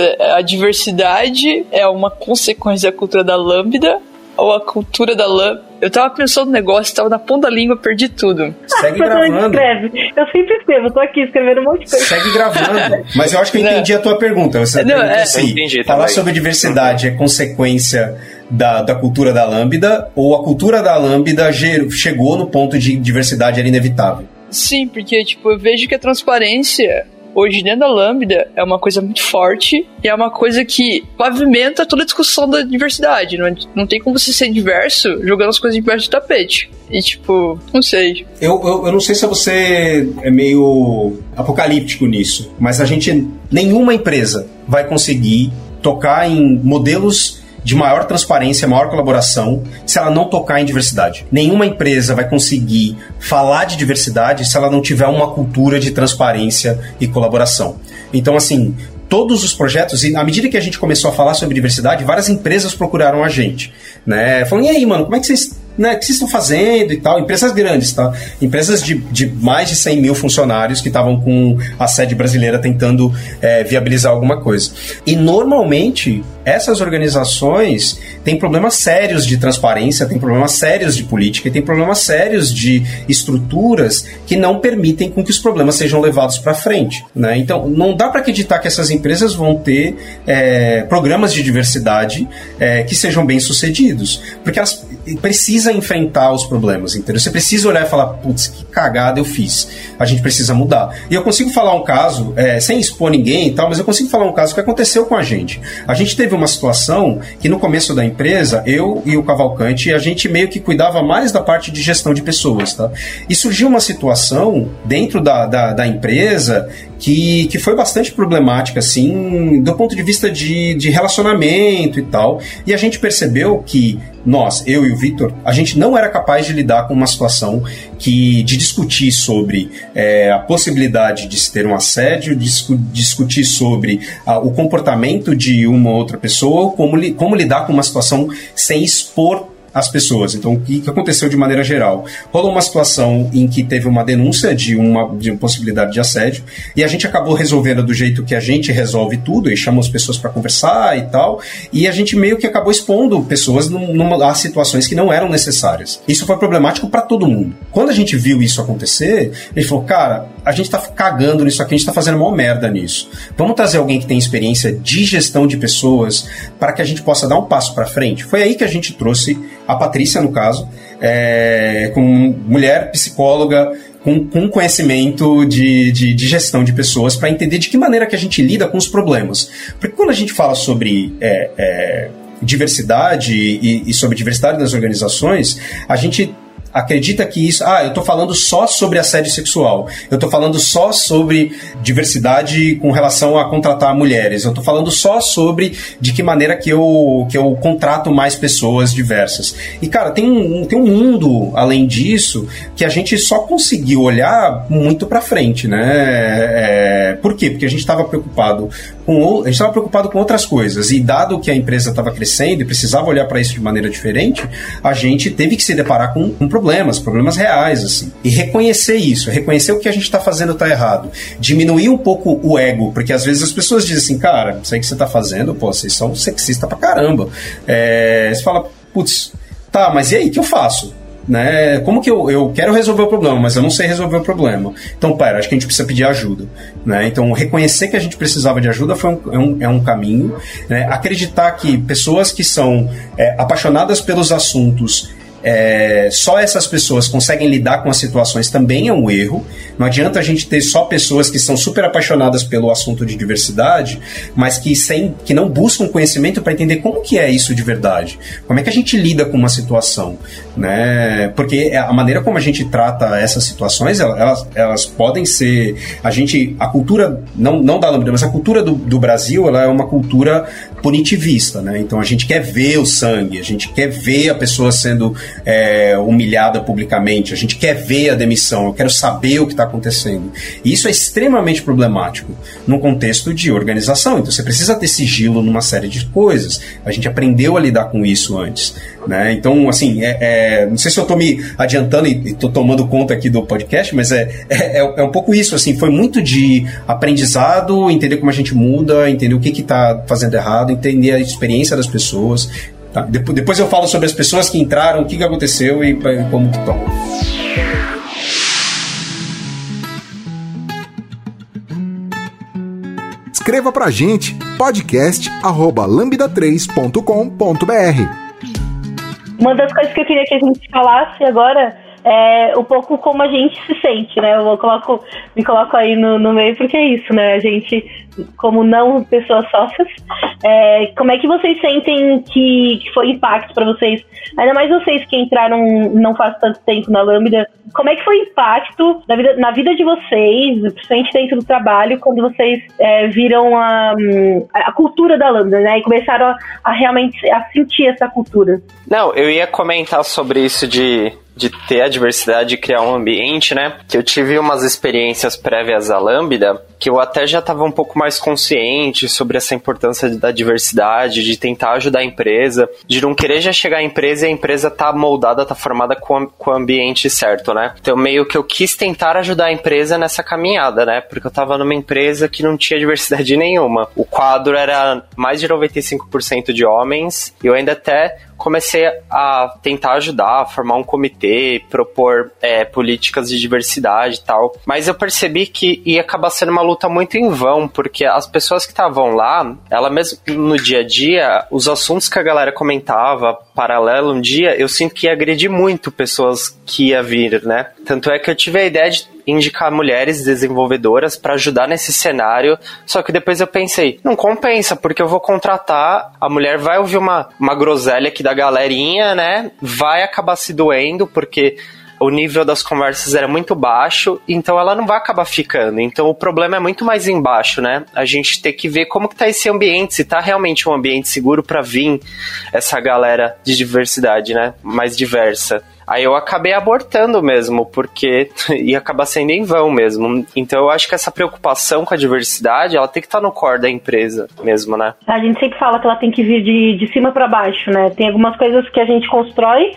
a diversidade é uma consequência da cultura da Lambda ou a cultura da Lambda? Eu tava pensando no negócio, tava na ponta da língua, perdi tudo. Segue gravando. Escreve. Eu sempre escrevo, tô aqui escrevendo um monte de coisa. Segue gravando. Mas eu acho que eu entendi não. a tua pergunta. Você não, perguntou é, se falar também. Sobre diversidade é consequência da, da cultura da Lambda ou a cultura da Lambda chegou no ponto de diversidade era inevitável? Sim, porque tipo, eu vejo que a transparência hoje dentro da Lambda é uma coisa muito forte e é uma coisa que pavimenta toda a discussão da diversidade. Não, não tem como você ser diverso jogando as coisas debaixo do tapete. E tipo, não sei. Eu, eu, eu não sei se você é meio apocalíptico nisso, mas a gente, nenhuma empresa vai conseguir tocar em modelos de maior transparência, maior colaboração, se ela não tocar em diversidade. Nenhuma empresa vai conseguir falar de diversidade se ela não tiver uma cultura de transparência e colaboração. Então, assim, todos os projetos, e à medida que a gente começou a falar sobre diversidade, várias empresas procuraram a gente, né? Falando, e aí, mano, como é que vocês... Né, o que vocês estão fazendo e tal, empresas grandes, tá? Empresas de, de mais de cem mil funcionários que estavam com a sede brasileira tentando é, viabilizar alguma coisa. E normalmente essas organizações têm problemas sérios de transparência, têm problemas sérios de política e têm problemas sérios de estruturas que não permitem com que os problemas sejam levados para frente, né? Então não dá para acreditar que essas empresas vão ter é, programas de diversidade é, que sejam bem sucedidos, porque elas precisam enfrentar os problemas, entendeu? Você precisa olhar e falar, putz, que cagada eu fiz. A gente precisa mudar. E eu consigo falar um caso, é, sem expor ninguém e tal, mas eu consigo falar um caso que aconteceu com a gente. A gente teve uma situação que no começo da empresa, eu e o Cavalcante, a gente meio que cuidava mais da parte de gestão de pessoas, tá? E surgiu uma situação dentro da, da, da empresa que, que foi bastante problemática, assim, do ponto de vista de, de relacionamento e tal. E a gente percebeu que nós, eu e o Vitor, a gente não era capaz de lidar com uma situação que, de discutir sobre é, a possibilidade de se ter um assédio, discu- discutir sobre a, o comportamento de uma outra pessoa, como, li, como lidar com uma situação sem expor as pessoas. Então, o que aconteceu de maneira geral? Rolou uma situação em que teve uma denúncia de uma, de uma possibilidade de assédio, e a gente acabou resolvendo do jeito que a gente resolve tudo, e chama as pessoas para conversar e tal, e a gente meio que acabou expondo pessoas num, numa, a situações que não eram necessárias. Isso foi problemático para todo mundo. Quando a gente viu isso acontecer, a gente falou, cara, a gente tá cagando nisso aqui, a gente tá fazendo uma merda nisso. Vamos trazer alguém que tem experiência de gestão de pessoas para que a gente possa dar um passo para frente. Foi aí que a gente trouxe a Patrícia, no caso, é, com mulher psicóloga, com, com conhecimento de, de, de gestão de pessoas, para entender de que maneira que a gente lida com os problemas. Porque quando a gente fala sobre é, é, diversidade e, e sobre diversidade nas organizações, a gente acredita que isso... Ah, eu tô falando só sobre assédio sexual. Eu tô falando só sobre diversidade com relação a contratar mulheres. Eu tô falando só sobre de que maneira que eu, que eu contrato mais pessoas diversas. E, cara, tem um, tem um mundo, além disso, que a gente só conseguiu olhar muito pra frente, né? É, por quê? Porque a gente estava preocupado com... A gente estava preocupado com outras coisas. E, dado que a empresa estava crescendo e precisava olhar para isso de maneira diferente, a gente teve que se deparar com um problemas, problemas reais, assim. E reconhecer isso, reconhecer o que a gente tá fazendo tá errado. Diminuir um pouco o ego, porque às vezes as pessoas dizem assim, cara, isso aí que você tá fazendo, pô, vocês são sexistas pra caramba. É, você fala, putz, tá, mas e aí, o que eu faço? Né? Como que eu, eu quero resolver o problema, mas eu não sei resolver o problema. Então, pera, acho que a gente precisa pedir ajuda. Né? Então, reconhecer que a gente precisava de ajuda foi um, é, um, é um caminho. Né? Acreditar que pessoas que são é, apaixonadas pelos assuntos, É, só essas pessoas conseguem lidar com as situações também é um erro. Não adianta a gente ter só pessoas que são super apaixonadas pelo assunto de diversidade, mas que, sem, que não buscam conhecimento para entender como que é isso de verdade. Como é que a gente lida com uma situação, né? Porque a maneira como a gente trata essas situações, elas, elas podem ser... A gente, a cultura, não, não da Lambda, mas a cultura do, do Brasil, ela é uma cultura punitivista, né? Então a gente quer ver o sangue, a gente quer ver a pessoa sendo é, humilhada publicamente, a gente quer ver a demissão, eu quero saber o que está acontecendo. E isso é extremamente problemático num contexto de organização. Então você precisa ter sigilo numa série de coisas. A gente aprendeu a lidar com isso antes, né? Então, assim, é, é, não sei se eu estou me adiantando e estou tomando conta aqui do podcast, mas é, é, é um pouco isso, assim, foi muito de aprendizado, entender como a gente muda, entender o que está fazendo errado, entender a experiência das pessoas. Tá? Depois, depois eu falo sobre as pessoas que entraram, o que, que aconteceu e, e como que estão. Escreva pra gente, podcast arroba lambda três ponto com ponto b r. Uma das coisas que eu queria que a gente falasse agora é um pouco como a gente se sente, né? Eu coloco, me coloco aí no, no meio porque é isso, né? A gente, como não pessoas sócias, é, como é que vocês sentem que, que foi impacto para vocês? Ainda mais vocês que entraram não faz tanto tempo na Lambda, como é que foi o impacto na vida, na vida de vocês, principalmente dentro do trabalho, quando vocês é, viram a, a cultura da Lambda, né? E começaram a, a realmente a sentir essa cultura? Não, eu ia comentar sobre isso de... de ter a diversidade e criar um ambiente, né? Que eu tive umas experiências prévias à Lambda, que eu até já estava um pouco mais consciente sobre essa importância da diversidade, de tentar ajudar a empresa, de não querer já chegar à empresa e a empresa tá moldada, tá formada com, com o ambiente certo, né? Então meio que eu quis tentar ajudar a empresa nessa caminhada, né? Porque eu tava numa empresa que não tinha diversidade nenhuma. O quadro era mais de noventa e cinco por cento de homens, e eu ainda até comecei a tentar ajudar, a formar um comitê, propor é, políticas de diversidade e tal. Mas eu percebi que ia acabar sendo uma luta muito em vão, porque as pessoas que estavam lá, ela mesmo no dia a dia, os assuntos que a galera comentava, paralelo um dia, eu sinto que ia agredir muito pessoas que ia vir, né? Tanto é que eu tive a ideia de indicar mulheres desenvolvedoras para ajudar nesse cenário, só que depois eu pensei, não compensa, porque eu vou contratar, a mulher vai ouvir uma, uma groselha aqui da galerinha, né, vai acabar se doendo, porque o nível das conversas era muito baixo, então ela não vai acabar ficando. Então o problema é muito mais embaixo, né? A gente tem que ver como que tá esse ambiente, se tá realmente um ambiente seguro para vir essa galera de diversidade, né? Mais diversa. Aí eu acabei abortando mesmo, porque ia acabar sendo em vão mesmo. Então eu acho que essa preocupação com a diversidade, ela tem que estar no core da empresa mesmo, né? A gente sempre fala que ela tem que vir de, de cima para baixo, né? Tem algumas coisas que a gente constrói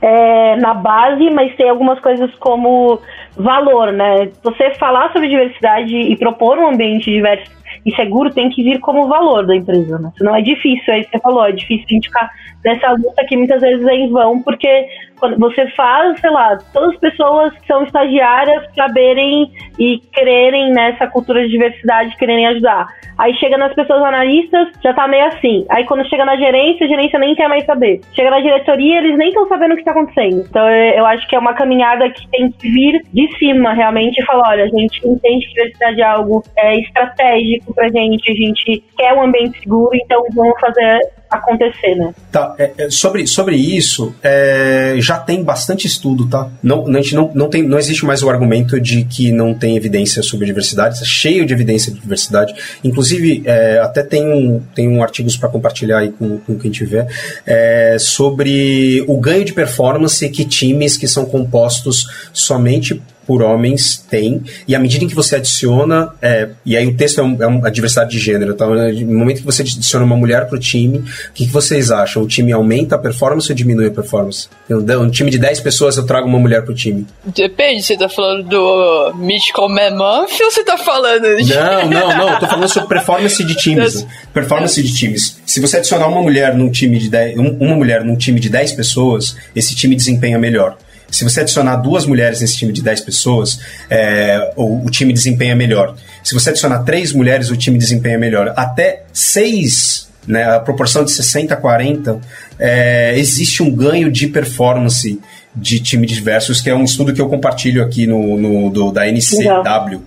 é, na base, mas tem algumas coisas como valor, né? Você falar sobre diversidade e propor um ambiente diverso e seguro tem que vir como valor da empresa, né? Senão é difícil, é isso que você falou, é difícil a gente ficar nessa luta que muitas vezes é em vão, porque quando você faz, sei lá, todas as pessoas que são estagiárias saberem e quererem nessa cultura de diversidade, quererem ajudar. Aí chega nas pessoas analistas, já tá meio assim. Aí quando chega na gerência, a gerência nem quer mais saber. Chega na diretoria, eles nem estão sabendo o que tá acontecendo. Então eu acho que é uma caminhada que tem que vir de cima, realmente, e falar, olha, a gente entende que diversidade é algo é, estratégico pra gente, a gente quer um ambiente seguro, então vamos fazer acontecer, né? Tá, é, é, sobre, sobre isso, é, já tem bastante estudo, tá? Não, a gente não, não, tem, não existe mais o argumento de que não tem evidência sobre diversidade, é cheio de evidência de diversidade. Inclusive, é, até tem um, tem um artigos para compartilhar aí com, com quem tiver, é, sobre o ganho de performance que times que são compostos somente por homens têm, e à medida em que você adiciona, é, e aí o texto é, um, é uma diversidade de gênero, tá? No momento que você adiciona uma mulher para o time, o que, que vocês acham? O time aumenta a performance ou diminui a performance? Um time de dez pessoas, eu trago uma mulher para o time. Depende, você tá falando do Mythical Man Month ou você tá falando de... Não, não, não, eu tô falando sobre performance de times. Né? Performance de times. Se você adicionar uma mulher num time de dez, uma mulher num time de dez pessoas, esse time desempenha melhor. Se você adicionar duas mulheres nesse time de dez pessoas, é, o, o time desempenha melhor. Se você adicionar três mulheres, o time desempenha melhor. Até seis, né, a proporção de sessenta a quarenta, é, existe um ganho de performance de time diversos, que é um estudo que eu compartilho aqui no, no do, da N C W,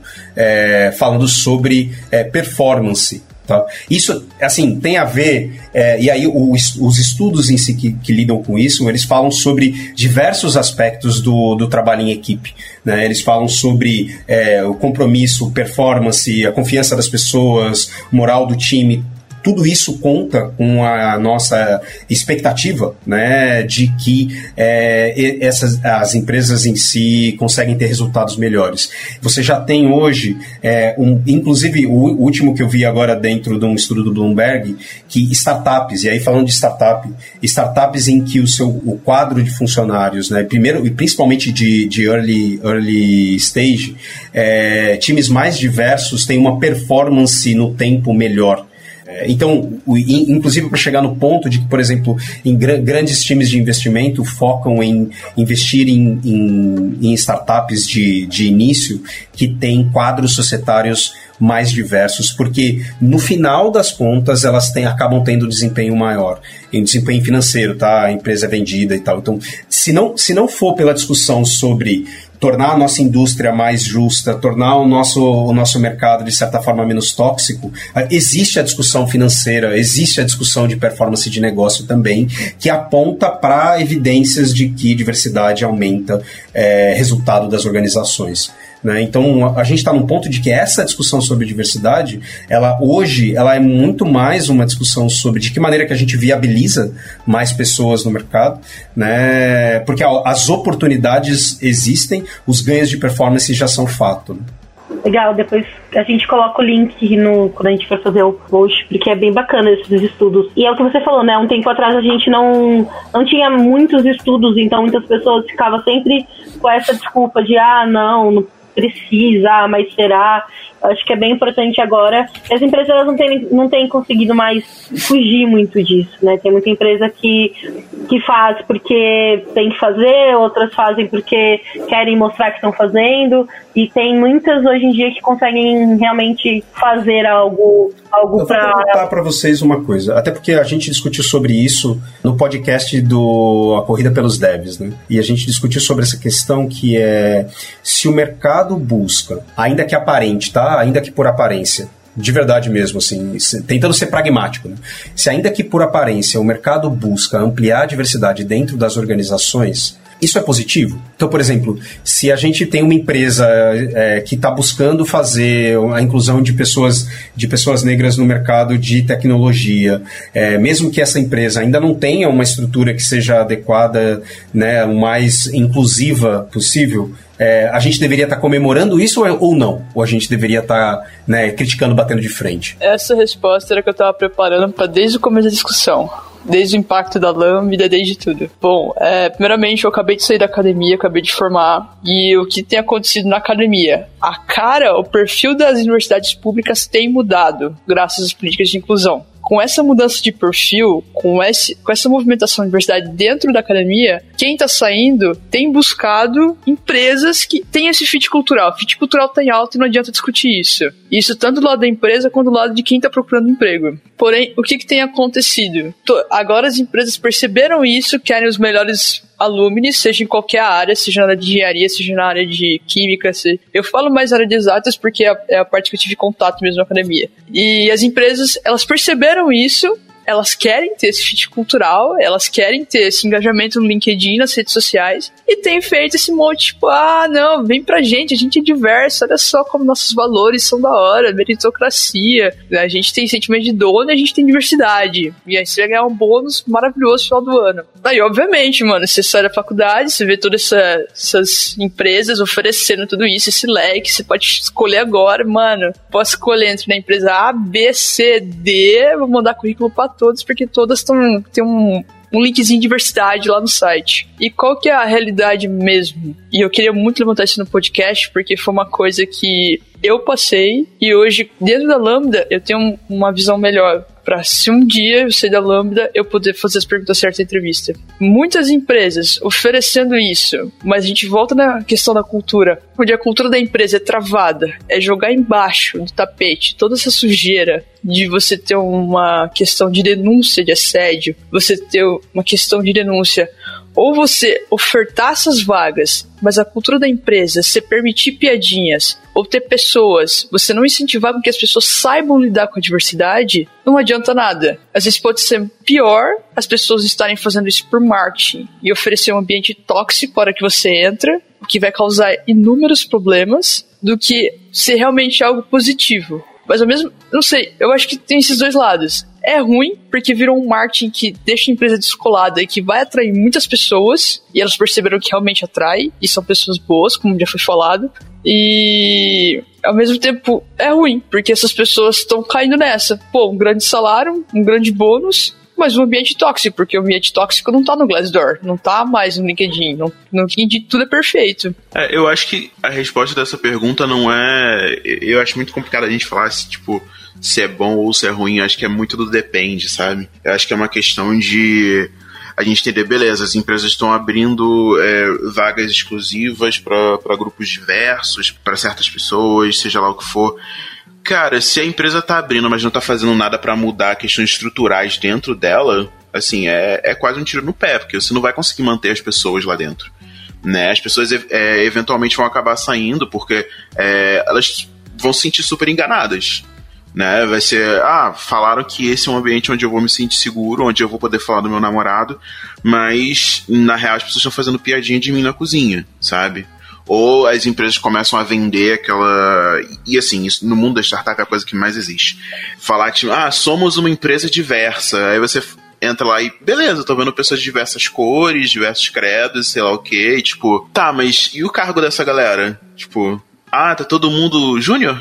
é, falando sobre é, performance. Tá? Isso, assim, tem a ver, é, e aí os, os estudos em si que, que lidam com isso, eles falam sobre diversos aspectos do, do trabalho em equipe, né? Eles falam sobre é, o compromisso, performance, a confiança das pessoas, moral do time. Tudo isso conta com a nossa expectativa, né, de que é, essas, as empresas em si conseguem ter resultados melhores. Você já tem hoje, é, um, inclusive o último que eu vi agora dentro de um estudo do Bloomberg, que startups, e aí falando de startup, startups em que o seu o quadro de funcionários, né, primeiro e principalmente de, de early, early stage, é, times mais diversos têm uma performance no tempo melhor. Então, inclusive para chegar no ponto de que, por exemplo, em gr- grandes times de investimento focam em investir em, em, em startups de, de início que têm quadros societários mais diversos, porque no final das contas elas têm, acabam tendo desempenho maior, em desempenho financeiro, tá? A empresa é vendida e tal. Então, se não, se não for pela discussão sobre tornar a nossa indústria mais justa, tornar o nosso, o nosso mercado, de certa forma, menos tóxico, existe a discussão financeira, existe a discussão de performance de negócio também, que aponta para evidências de que diversidade aumenta é, resultado das organizações. Né? Então, a gente está num ponto de que essa discussão sobre diversidade, ela, hoje, ela é muito mais uma discussão sobre de que maneira que a gente viabiliza mais pessoas no mercado, né? Porque as oportunidades existem, os ganhos de performance já são fato. Né? Legal, depois a gente coloca o link no, quando a gente for fazer o post, porque é bem bacana esses estudos. E é o que você falou, né? Um tempo atrás a gente não, não tinha muitos estudos, então muitas pessoas ficavam sempre com essa desculpa de, ah, não, não precisa, ah, mas será? Eu acho que é bem importante agora. As empresas elas não têm, não têm conseguido mais fugir muito disso, né? Tem muita empresa que, que faz porque tem que fazer, outras fazem porque querem mostrar que estão fazendo, e tem muitas hoje em dia que conseguem realmente fazer algo, algo para... Eu vou perguntar para vocês uma coisa, até porque a gente discutiu sobre isso no podcast do A Corrida pelos Devs, né? E a gente discutiu sobre essa questão que é se o mercado busca, ainda que aparente, tá? Ainda que por aparência, de verdade mesmo, assim, tentando ser pragmático, né? Se ainda que por aparência o mercado busca ampliar a diversidade dentro das organizações, Isso é positivo? Então, por exemplo, se a gente tem uma empresa é, que está buscando fazer a inclusão de pessoas, de pessoas negras no mercado de tecnologia, é, mesmo que essa empresa ainda não tenha uma estrutura que seja adequada, né, o mais inclusiva possível, é, a gente deveria estar tá comemorando isso ou não? Ou a gente deveria estar tá, né, criticando, batendo de frente? Essa resposta era que eu estava preparando para desde o começo da discussão. Desde o impacto da Lambda, desde tudo. Bom, é, primeiramente eu acabei de sair da academia, acabei de formar, e o que tem acontecido na academia? A cara, o perfil das universidades públicas tem mudado, graças às políticas de inclusão. Com essa mudança de perfil, com, esse, com essa movimentação de diversidade dentro da academia, quem está saindo tem buscado empresas que têm esse fit cultural. Fit cultural está em alta e não adianta discutir isso. Isso tanto do lado da empresa quanto do lado de quem está procurando emprego. Porém, o que, que tem acontecido? Agora as empresas perceberam isso, querem os melhores alumni, seja em qualquer área, seja na área de engenharia, seja na área de química. Se... Eu falo mais na área de exatas porque é a, é a parte que eu tive contato mesmo na academia. E as empresas, elas perceberam isso, elas querem ter esse fit cultural, elas querem ter esse engajamento no LinkedIn, nas redes sociais, e tem feito esse monte, tipo, ah, não, vem pra gente, a gente é diverso, olha só como nossos valores são da hora, meritocracia, a gente tem sentimento de dono e a gente tem diversidade, e aí você vai ganhar um bônus maravilhoso no final do ano. Aí, obviamente, mano, você sai da faculdade, você vê todas essa, essas empresas oferecendo tudo isso, esse leque, você pode escolher agora, mano, posso escolher entre na empresa A, B, C, D, vou mandar currículo pra todos, porque todas tão, tem um, um linkzinho de diversidade lá no site. E qual que é a realidade mesmo? E eu queria muito levantar isso no podcast, porque foi uma coisa que eu passei, e hoje, dentro da Lambda, eu tenho uma visão melhor para se um dia eu sair da Lambda, eu poder fazer as perguntas certas na entrevista. Muitas empresas oferecendo isso, mas a gente volta na questão da cultura, onde a cultura da empresa é travada, é jogar embaixo do tapete toda essa sujeira de você ter uma questão de denúncia de assédio, você ter uma questão de denúncia, ou você ofertar essas vagas, mas a cultura da empresa, você permitir piadinhas, ou ter pessoas, você não incentivar com que as pessoas saibam lidar com a diversidade, não adianta nada. Às vezes pode ser pior as pessoas estarem fazendo isso por marketing e oferecer um ambiente tóxico para que você entra, o que vai causar inúmeros problemas, do que ser realmente algo positivo. Mas ao mesmo, não sei, eu acho que tem esses dois lados. É ruim, porque virou um marketing que deixa a empresa descolada e que vai atrair muitas pessoas, e elas perceberam que realmente atrai, e são pessoas boas, como já foi falado. E ao mesmo tempo é ruim, porque essas pessoas estão caindo nessa. Pô, um grande salário, um grande bônus, mas um ambiente tóxico, porque o ambiente tóxico não tá no Glassdoor, não tá mais no LinkedIn, não, no LinkedIn tudo é perfeito. É, eu acho que a resposta dessa pergunta não é... Eu acho muito complicado a gente falar se, tipo, se é bom ou se é ruim. Eu acho que é muito do depende, sabe? Eu acho que é uma questão de a gente entender, beleza, as empresas estão abrindo é, vagas exclusivas para grupos diversos, para certas pessoas, seja lá o que for. Cara, se a empresa tá abrindo, mas não tá fazendo nada pra mudar questões estruturais dentro dela, assim, é, é quase um tiro no pé, porque você não vai conseguir manter as pessoas lá dentro, né? As pessoas é, eventualmente vão acabar saindo, porque é, elas vão se sentir super enganadas, né? Vai ser, ah, falaram que esse é um ambiente onde eu vou me sentir seguro, onde eu vou poder falar do meu namorado, mas, na real, as pessoas estão fazendo piadinha de mim na cozinha, sabe? Ou as empresas começam a vender aquela... E assim, isso, no mundo da startup é a coisa que mais existe. Falar tipo, ah, somos uma empresa diversa. Aí você entra lá e, beleza, tô vendo pessoas de diversas cores, diversos credos, sei lá o quê. E tipo, tá, mas e o cargo dessa galera? Tipo, ah, tá todo mundo júnior?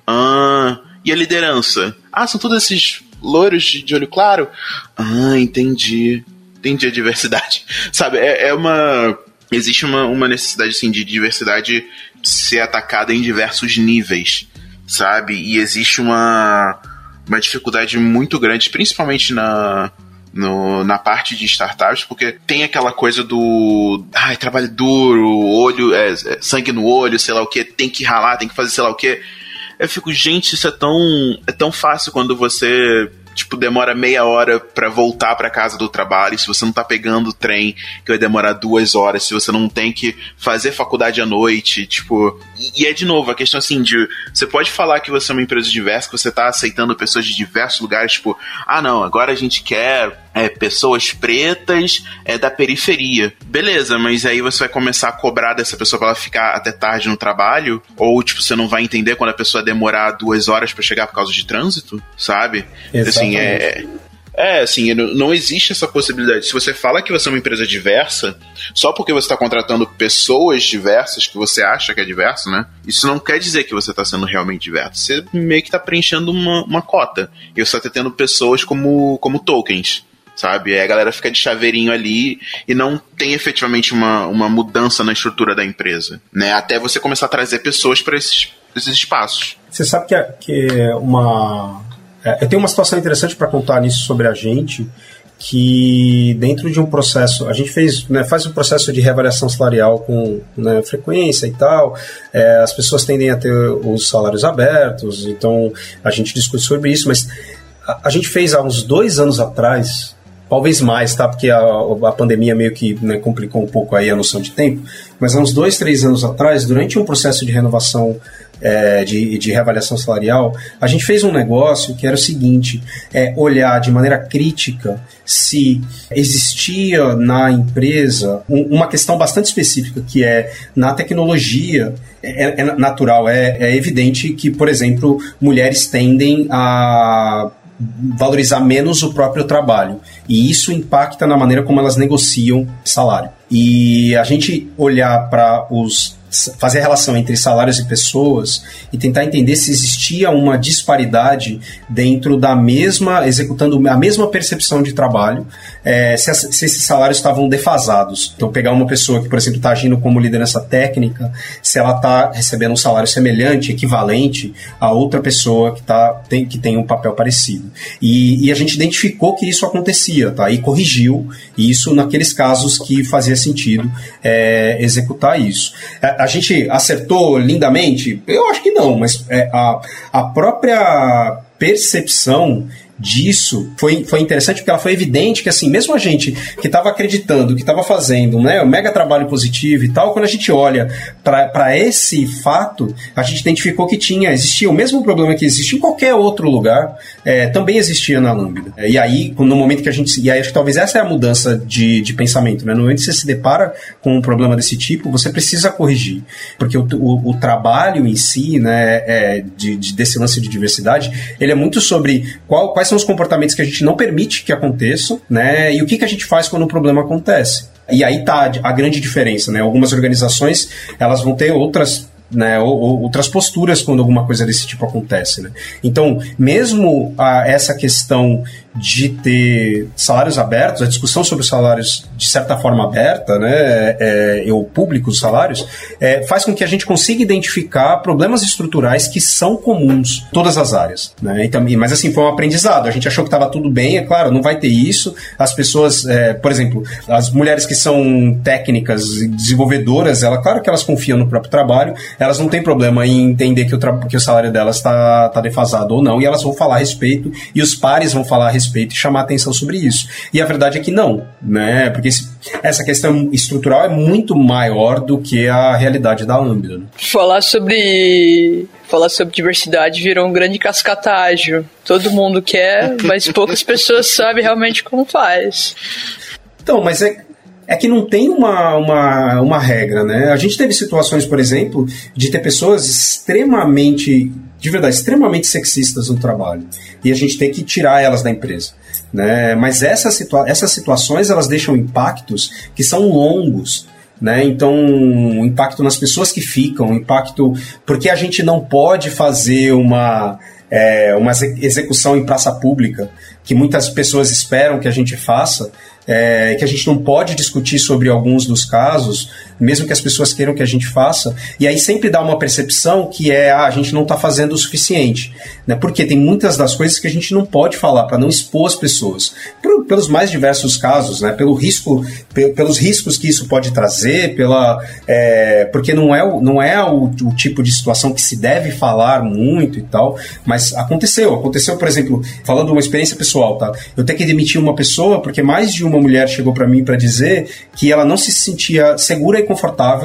Ah, e a liderança? Ah, são todos esses loiros de, de olho claro? Ah, entendi. Entendi a diversidade. Sabe, é, é uma... Existe uma, uma necessidade, assim, de diversidade ser atacada em diversos níveis, sabe? E existe uma, uma dificuldade muito grande, principalmente na, no, na parte de startups, porque tem aquela coisa do... Ai, trabalho duro, olho, é, é, sangue no olho, sei lá o que, tem que ralar, tem que fazer sei lá o que. Eu fico, gente, isso é tão, é tão fácil quando você... Tipo, demora meia hora pra voltar pra casa do trabalho, se você não tá pegando o trem, que vai demorar duas horas, se você não tem que fazer faculdade à noite, tipo... E, e é de novo, a questão assim de... Você pode falar que você é uma empresa diversa, que você tá aceitando pessoas de diversos lugares, tipo... Ah, não, agora a gente quer é, pessoas pretas é, da periferia. Beleza, mas aí você vai começar a cobrar dessa pessoa pra ela ficar até tarde no trabalho? Ou, tipo, você não vai entender quando a pessoa demorar duas horas pra chegar por causa de trânsito? Sabe? Exatamente. Assim, é... É, assim, não existe essa possibilidade. Se você fala que você é uma empresa diversa, só porque você está contratando pessoas diversas que você acha que é diverso, né? Isso não quer dizer que você está sendo realmente diverso. Você meio que está preenchendo uma, uma cota. E você está tendo pessoas como, como tokens, sabe? Aí a galera fica de chaveirinho ali e não tem efetivamente uma, uma mudança na estrutura da empresa, né? Até você começar a trazer pessoas para esses, esses espaços. Você sabe que é, que é uma... Eu tenho uma situação interessante para contar nisso sobre a gente, que dentro de um processo, a gente fez, né, faz um processo de reavaliação salarial com, né, frequência e tal, é, as pessoas tendem a ter os salários abertos, então a gente discute sobre isso, mas a, a gente fez há uns dois anos atrás, talvez mais, tá? Porque a, a pandemia meio que, né, complicou um pouco aí a noção de tempo, mas há uns dois, três anos atrás, durante um processo de renovação É, de, de reavaliação salarial, a gente fez um negócio que era o seguinte, é, olhar de maneira crítica se existia na empresa um, uma questão bastante específica, que é na tecnologia, é, é natural, é, é evidente que, por exemplo, mulheres tendem a valorizar menos o próprio trabalho, e isso impacta na maneira como elas negociam salário. E a gente olhar para os fazer a relação entre salários e pessoas e tentar entender se existia uma disparidade dentro da mesma, executando a mesma percepção de trabalho, é, se, as, se esses salários estavam defasados. Então, pegar uma pessoa que, por exemplo, está agindo como liderança técnica, se ela está recebendo um salário semelhante, equivalente a outra pessoa que, tá, tem, que tem um papel parecido. E, e a gente identificou que isso acontecia, tá? E corrigiu isso naqueles casos que fazia sentido é, executar isso. A gente acertou lindamente? Eu acho que não, mas é, a, a própria percepção disso foi, foi interessante, porque ela foi evidente que, assim, mesmo a gente que estava acreditando, que estava fazendo, né, um mega trabalho positivo e tal, quando a gente olha para esse fato, a gente identificou que tinha, existia o mesmo problema que existe em qualquer outro lugar, é, também existia na Lambda. E aí, no momento que a gente... E aí, acho que talvez essa é a mudança de, de pensamento, né? No momento que você se depara com um problema desse tipo, você precisa corrigir. Porque o, o, o trabalho em si, né, é, de, de, desse lance de diversidade, ele é muito sobre qual, quais são os comportamentos que a gente não permite que aconteçam, né? E o que, que a gente faz quando o problema acontece. E aí tá a grande diferença, né? Algumas organizações, elas vão ter outras, né, ou, ou, outras posturas quando alguma coisa desse tipo acontece, né? Então, mesmo a, essa questão de ter salários abertos, a discussão sobre salários de certa forma aberta, né, é, ou públicos salários, é, faz com que a gente consiga identificar problemas estruturais que são comuns em todas as áreas, né? Então, mas assim, foi um aprendizado, a gente achou que estava tudo bem, é claro, não vai ter isso, as pessoas, é, por exemplo, as mulheres que são técnicas, desenvolvedoras, ela, claro que elas confiam no próprio trabalho, elas não têm problema em entender que o, tra- que o salário delas está tá defasado ou não, e elas vão falar a respeito, e os pares vão falar a respeito e chamar atenção sobre isso. E a verdade é que não, né? Porque esse, essa questão estrutural é muito maior do que a realidade da Lambda, né? Falar sobre... Falar sobre diversidade virou um grande cascata ágil. Todo mundo quer, mas poucas pessoas sabem realmente como faz. Então, mas é... É que não tem uma, uma, uma regra, né? A gente teve situações, por exemplo, de ter pessoas extremamente, de verdade, extremamente sexistas no trabalho. E a gente tem que tirar elas da empresa, né? Mas essas, situa- essas situações, elas deixam impactos que são longos, né? Então, um impacto nas pessoas que ficam, um impacto... Porque a gente não pode fazer uma... É, uma execução em praça pública, que muitas pessoas esperam que a gente faça, é, que a gente não pode discutir sobre alguns dos casos, mesmo que as pessoas queiram que a gente faça, e aí sempre dá uma percepção que é, ah, a gente não está fazendo o suficiente, né? Porque tem muitas das coisas que a gente não pode falar para não expor as pessoas, por, pelos mais diversos casos, né? Pelo risco, pe, pelos riscos que isso pode trazer, pela, é, porque não é, o, não é o, o tipo de situação que se deve falar muito e tal, mas aconteceu, aconteceu, por exemplo, falando de uma experiência pessoal, tá? Eu tenho que demitir uma pessoa porque mais de uma mulher chegou para mim para dizer que ela não se sentia segura e confortável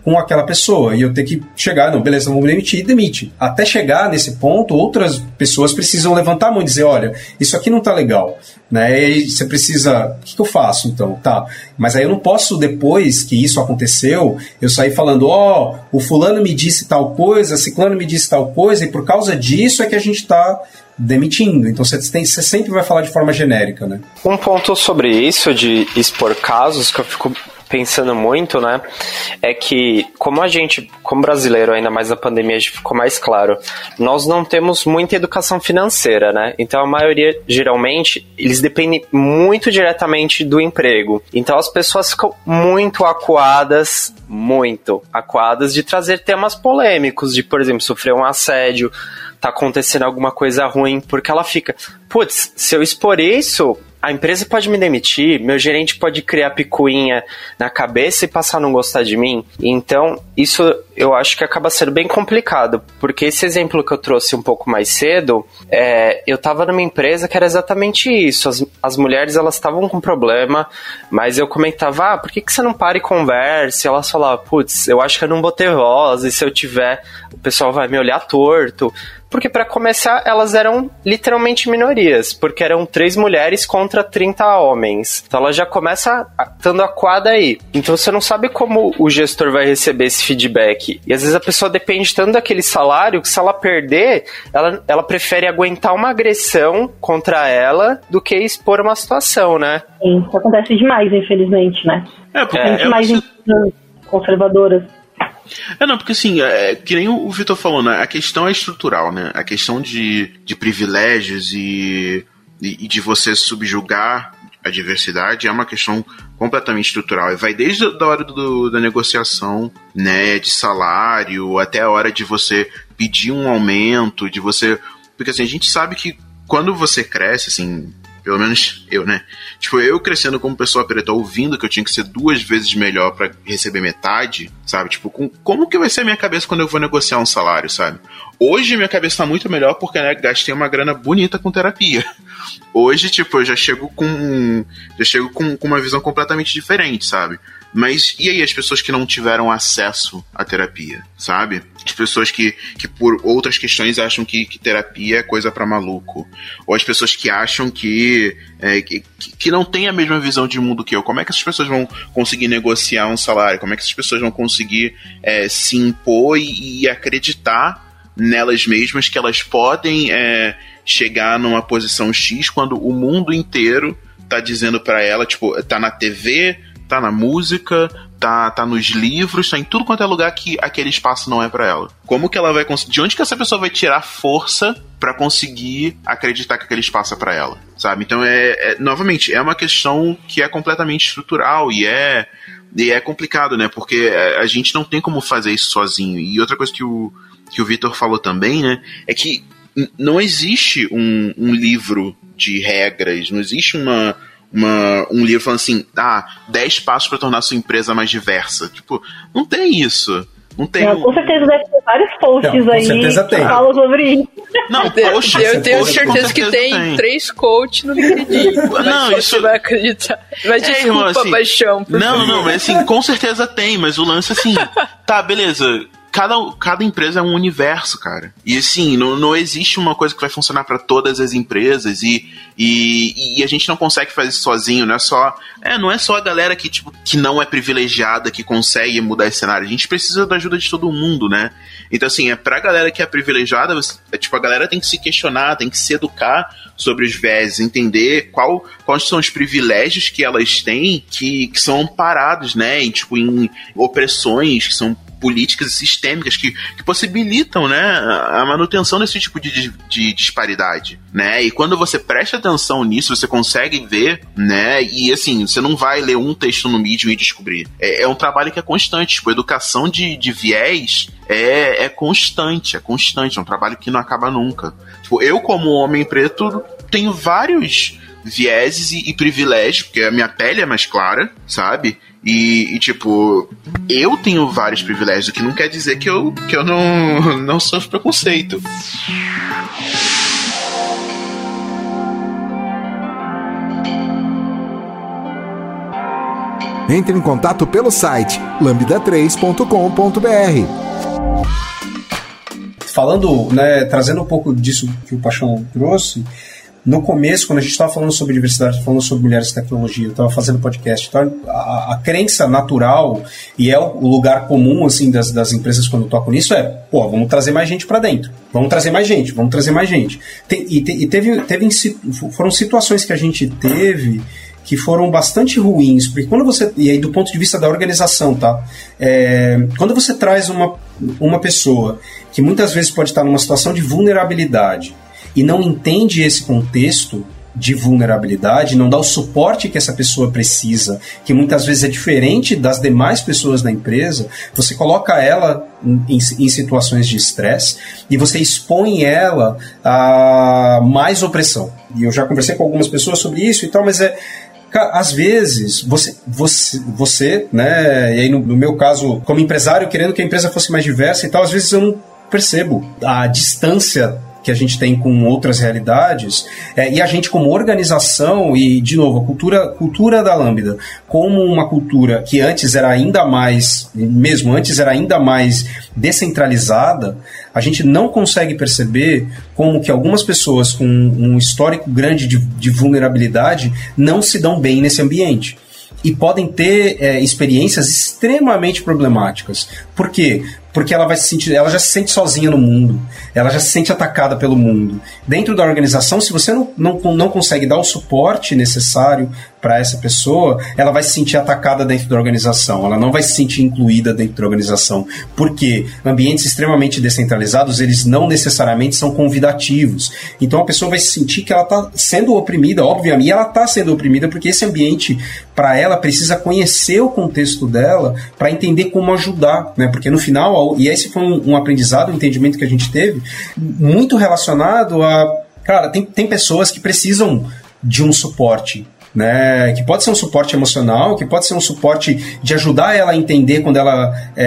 com aquela pessoa, e eu ter que chegar, não, beleza, vamos demitir, demite. Até chegar nesse ponto, outras pessoas precisam levantar a mão e dizer, olha, isso aqui não tá legal, né, e aí você precisa, o que, que eu faço então? Tá, mas aí eu não posso, depois que isso aconteceu, eu sair falando, ó, oh, o fulano me disse tal coisa, ciclano me disse tal coisa, e por causa disso é que a gente tá demitindo. Então você, tem, você sempre vai falar de forma genérica, né? Um ponto sobre isso, de expor casos, que eu fico pensando muito, né, é que como a gente, como brasileiro, ainda mais na pandemia, ficou mais claro, nós não temos muita educação financeira, né, então a maioria, geralmente, eles dependem muito diretamente do emprego, então as pessoas ficam muito acuadas, muito acuadas de trazer temas polêmicos, de, por exemplo, sofrer um assédio, tá acontecendo alguma coisa ruim, porque ela fica, putz, se eu expor isso, a empresa pode me demitir, meu gerente pode criar picuinha na cabeça e passar a não gostar de mim. Então, isso eu acho que acaba sendo bem complicado, porque esse exemplo que eu trouxe um pouco mais cedo, é, eu estava numa empresa que era exatamente isso. As, as mulheres, elas estavam com problema, mas eu comentava, ah, por que, que você não para e conversa? E elas falavam, putz, eu acho que eu não vou ter voz, e se eu tiver, o pessoal vai me olhar torto. Porque, para começar, elas eram literalmente minorias, porque eram três mulheres contra trinta homens. Então ela já começa estando acuada aí. Então você não sabe como o gestor vai receber esse feedback. E às vezes a pessoa depende tanto daquele salário que, se ela perder, ela, ela prefere aguentar uma agressão contra ela do que expor uma situação, né? Sim, isso acontece demais, infelizmente, né? É, porque é, é mais você... empresas conservadoras. É, não, porque assim, é, que nem o Vitor falou, né? A questão é estrutural, né? A questão de, de privilégios e, e, e de você subjugar a diversidade é uma questão completamente estrutural. E vai desde a hora do, da negociação, né? De salário, até a hora de você pedir um aumento, de você... Porque assim, a gente sabe que quando você cresce, assim... Pelo menos eu, né? Tipo, eu crescendo como pessoa preta, ouvindo que eu tinha que ser duas vezes melhor pra receber metade, sabe? Tipo, com, como que vai ser a minha cabeça quando eu vou negociar um salário, sabe? Hoje minha cabeça tá muito melhor porque, né, gastei uma grana bonita com terapia. Hoje, tipo, eu já chego com... Já chego com, com uma visão completamente diferente, sabe? Mas e aí as pessoas que não tiveram acesso à terapia, sabe? As pessoas que, que por outras questões acham que, que terapia é coisa pra maluco. Ou as pessoas que acham que, é, que, que não tem a mesma visão de mundo que eu. Como é que essas pessoas vão conseguir negociar um salário? Como é que essas pessoas vão conseguir é, se impor e, e acreditar nelas mesmas que elas podem é, chegar numa posição X quando o mundo inteiro tá dizendo pra ela, tipo, tá na T V... tá na música, tá, tá nos livros, tá em tudo quanto é lugar que aquele espaço não é pra ela. Como que ela vai conseguir... De onde que essa pessoa vai tirar força pra conseguir acreditar que aquele espaço é pra ela, sabe? Então, é, é novamente, é uma questão que é completamente estrutural e é, e é complicado, né? Porque a gente não tem como fazer isso sozinho. E outra coisa que o, que o Vitor falou também, né? É que não existe um, um livro de regras, não existe uma... Uma, um livro falando assim, ah, dez passos para tornar sua empresa mais diversa. Tipo, não tem isso. Não tem. Não, com certeza deve ter vários posts não, aí que falam sobre isso. Não, poxa, eu tenho poxa, certeza que tem, tem três coaches no LinkedIn. Não, isso você vai acreditar. Mas é, desculpa, irmão, assim, paixão. Não, favor. não, mas assim, com certeza tem, mas o lance assim, tá, beleza. Cada, cada empresa é um universo, cara. E assim, não, não existe uma coisa que vai funcionar para todas as empresas e, e, e a gente não consegue fazer isso sozinho, não é só, é, não é só a galera que, tipo, que não é privilegiada que consegue mudar esse cenário. A gente precisa da ajuda de todo mundo, né? Então, assim, é pra galera que é privilegiada, é, tipo, a galera tem que se questionar, tem que se educar sobre os viés, entender qual, quais são os privilégios que elas têm que, que são amparados, né? Em, tipo, em opressões que são políticas sistêmicas que, que possibilitam, né, a manutenção desse tipo de, de disparidade, né, e quando você presta atenção nisso, você consegue ver, né, e assim, você não vai ler um texto no Medium e descobrir, é, é um trabalho que é constante, tipo, educação de, de viés é, é constante, é constante, é um trabalho que não acaba nunca. Tipo, eu como homem preto tenho vários vieses e, e privilégios, porque a minha pele é mais clara, sabe? E, e, tipo, eu tenho vários privilégios, o que não quer dizer que eu, que eu não, não sofro preconceito. Entre em contato pelo site lambda três ponto com ponto b r. Falando, né, trazendo um pouco disso que o Paixão trouxe, no começo, quando a gente estava falando sobre diversidade, falando sobre mulheres e tecnologia, eu estava fazendo podcast, então a, a crença natural, e é o lugar comum assim, das, das empresas quando tocam nisso, é, pô, vamos trazer mais gente para dentro, vamos trazer mais gente, vamos trazer mais gente. Tem, e te, e teve, teve, foram situações que a gente teve que foram bastante ruins, porque quando você, e aí do ponto de vista da organização, tá? É, quando você traz uma, uma pessoa que muitas vezes pode estar numa situação de vulnerabilidade e não entende esse contexto de vulnerabilidade, não dá o suporte que essa pessoa precisa, que muitas vezes é diferente das demais pessoas da empresa, você coloca ela em, em situações de estresse e você expõe ela a mais opressão. E eu já conversei com algumas pessoas sobre isso e tal, mas é às vezes, você, você, você né, e aí no, no meu caso, como empresário, querendo que a empresa fosse mais diversa e tal, às vezes eu não percebo a distância que a gente tem com outras realidades, é, e a gente como organização, e de novo, a cultura, cultura da Lambda, como uma cultura que antes era ainda mais, mesmo antes era ainda mais descentralizada, a gente não consegue perceber como que algumas pessoas com um histórico grande de, de vulnerabilidade não se dão bem nesse ambiente. E podem ter é, experiências extremamente problemáticas. Por quê? Porque ela vai se sentir, ela já se sente sozinha no mundo, ela já se sente atacada pelo mundo. Dentro da organização, se você não, não, não consegue dar o suporte necessário para essa pessoa, ela vai se sentir atacada dentro da organização, ela não vai se sentir incluída dentro da organização. Porque ambientes extremamente descentralizados, eles não necessariamente são convidativos. Então a pessoa vai se sentir que ela está sendo oprimida, obviamente, e ela está sendo oprimida porque esse ambiente, para ela, precisa conhecer o contexto dela para entender como ajudar, né? Porque no final, e esse foi um, um aprendizado, um entendimento que a gente teve, muito relacionado a... Cara, tem, tem pessoas que precisam de um suporte, né? Que pode ser um suporte emocional, que pode ser um suporte de ajudar ela a entender quando ela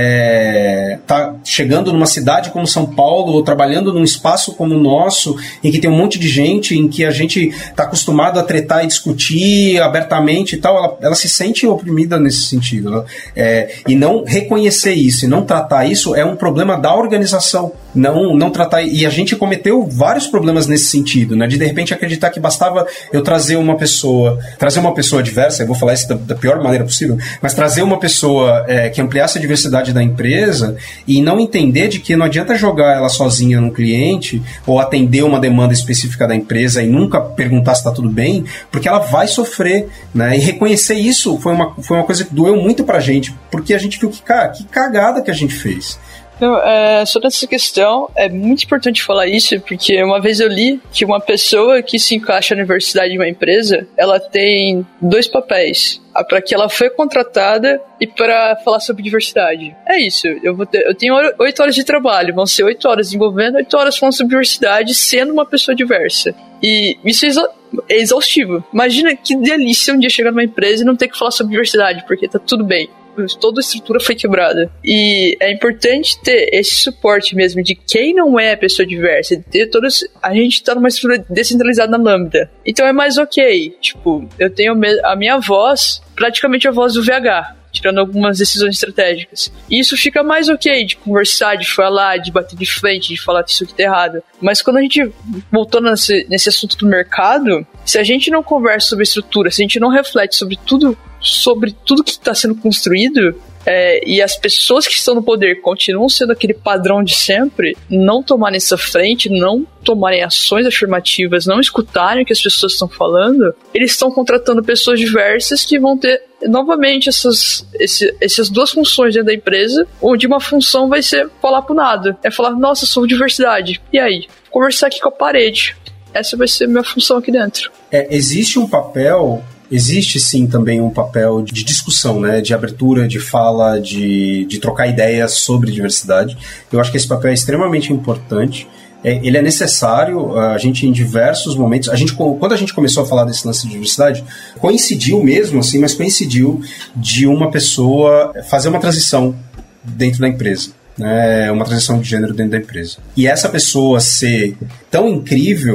está é, chegando numa cidade como São Paulo, ou trabalhando num espaço como o nosso, em que tem um monte de gente, em que a gente está acostumado a tretar e discutir abertamente e tal, ela, ela se sente oprimida nesse sentido, né? É, e não reconhecer isso, e não tratar isso é um problema da organização, não, não tratar, e a gente cometeu vários problemas nesse sentido, né? De de repente acreditar que bastava eu trazer uma pessoa trazer uma pessoa diversa, eu vou falar isso da, da pior maneira possível, mas trazer uma pessoa é, que ampliasse a diversidade da empresa e não entender de que não adianta jogar ela sozinha num cliente ou atender uma demanda específica da empresa e nunca perguntar se está tudo bem, porque ela vai sofrer, né? E reconhecer isso foi uma, foi uma coisa que doeu muito pra gente, porque a gente viu que, cara, que cagada que a gente fez. Não, é, sobre essa questão, é muito importante falar isso, porque uma vez eu li que uma pessoa que se encaixa na diversidade de uma empresa, ela tem dois papéis. Para que ela foi contratada e para falar sobre diversidade. É isso, eu, vou ter, eu tenho oito horas de trabalho, vão ser oito horas desenvolvendo, oito horas falando sobre diversidade, sendo uma pessoa diversa. E isso é, exa- é exaustivo. Imagina que delícia um dia chegar numa empresa e não ter que falar sobre diversidade, porque tá tudo bem. Toda a estrutura foi quebrada. E é importante ter esse suporte mesmo de quem não é a pessoa diversa, de ter todos. A gente tá numa estrutura descentralizada na Lambda. Então é mais ok. Tipo, eu tenho a minha voz, praticamente a voz do V H, tirando algumas decisões estratégicas. E isso fica mais ok de conversar, de falar, de bater de frente, de falar que isso aqui tá errado. Mas quando a gente, voltando nesse, nesse assunto do mercado, se a gente não conversa sobre estrutura, se a gente não reflete sobre tudo, sobre tudo que está sendo construído, é, e as pessoas que estão no poder continuam sendo aquele padrão de sempre, não tomarem essa frente, não tomarem ações afirmativas, não escutarem o que as pessoas estão falando, eles estão contratando pessoas diversas que vão ter novamente essas, esse, essas duas funções dentro da empresa, onde uma função vai ser falar pro nada, é falar, nossa, sou diversidade, e aí? Conversar aqui com a parede, essa vai ser a minha função aqui dentro. É, existe um papel... Existe sim também um papel de discussão, né, de abertura, de fala, de, de trocar ideias sobre diversidade. Eu acho que esse papel é extremamente importante. É, ele é necessário, a gente em diversos momentos, a gente, quando a gente começou a falar desse lance de diversidade, coincidiu mesmo, assim, mas coincidiu de uma pessoa fazer uma transição dentro da empresa. Né, uma transição de gênero dentro da empresa. E essa pessoa ser tão incrível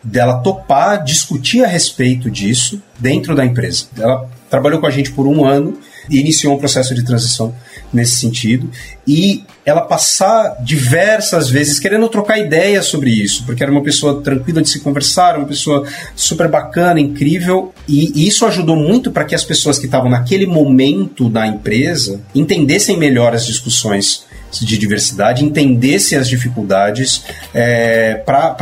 dela topar discutir a respeito disso dentro da empresa. Ela trabalhou com a gente por um ano e iniciou um processo de transição nesse sentido, e ela passar diversas vezes querendo trocar ideias sobre isso, porque era uma pessoa tranquila de se conversar, uma pessoa super bacana, incrível, e isso ajudou muito para que as pessoas que estavam naquele momento da empresa entendessem melhor as discussões de diversidade, entendessem as dificuldades é,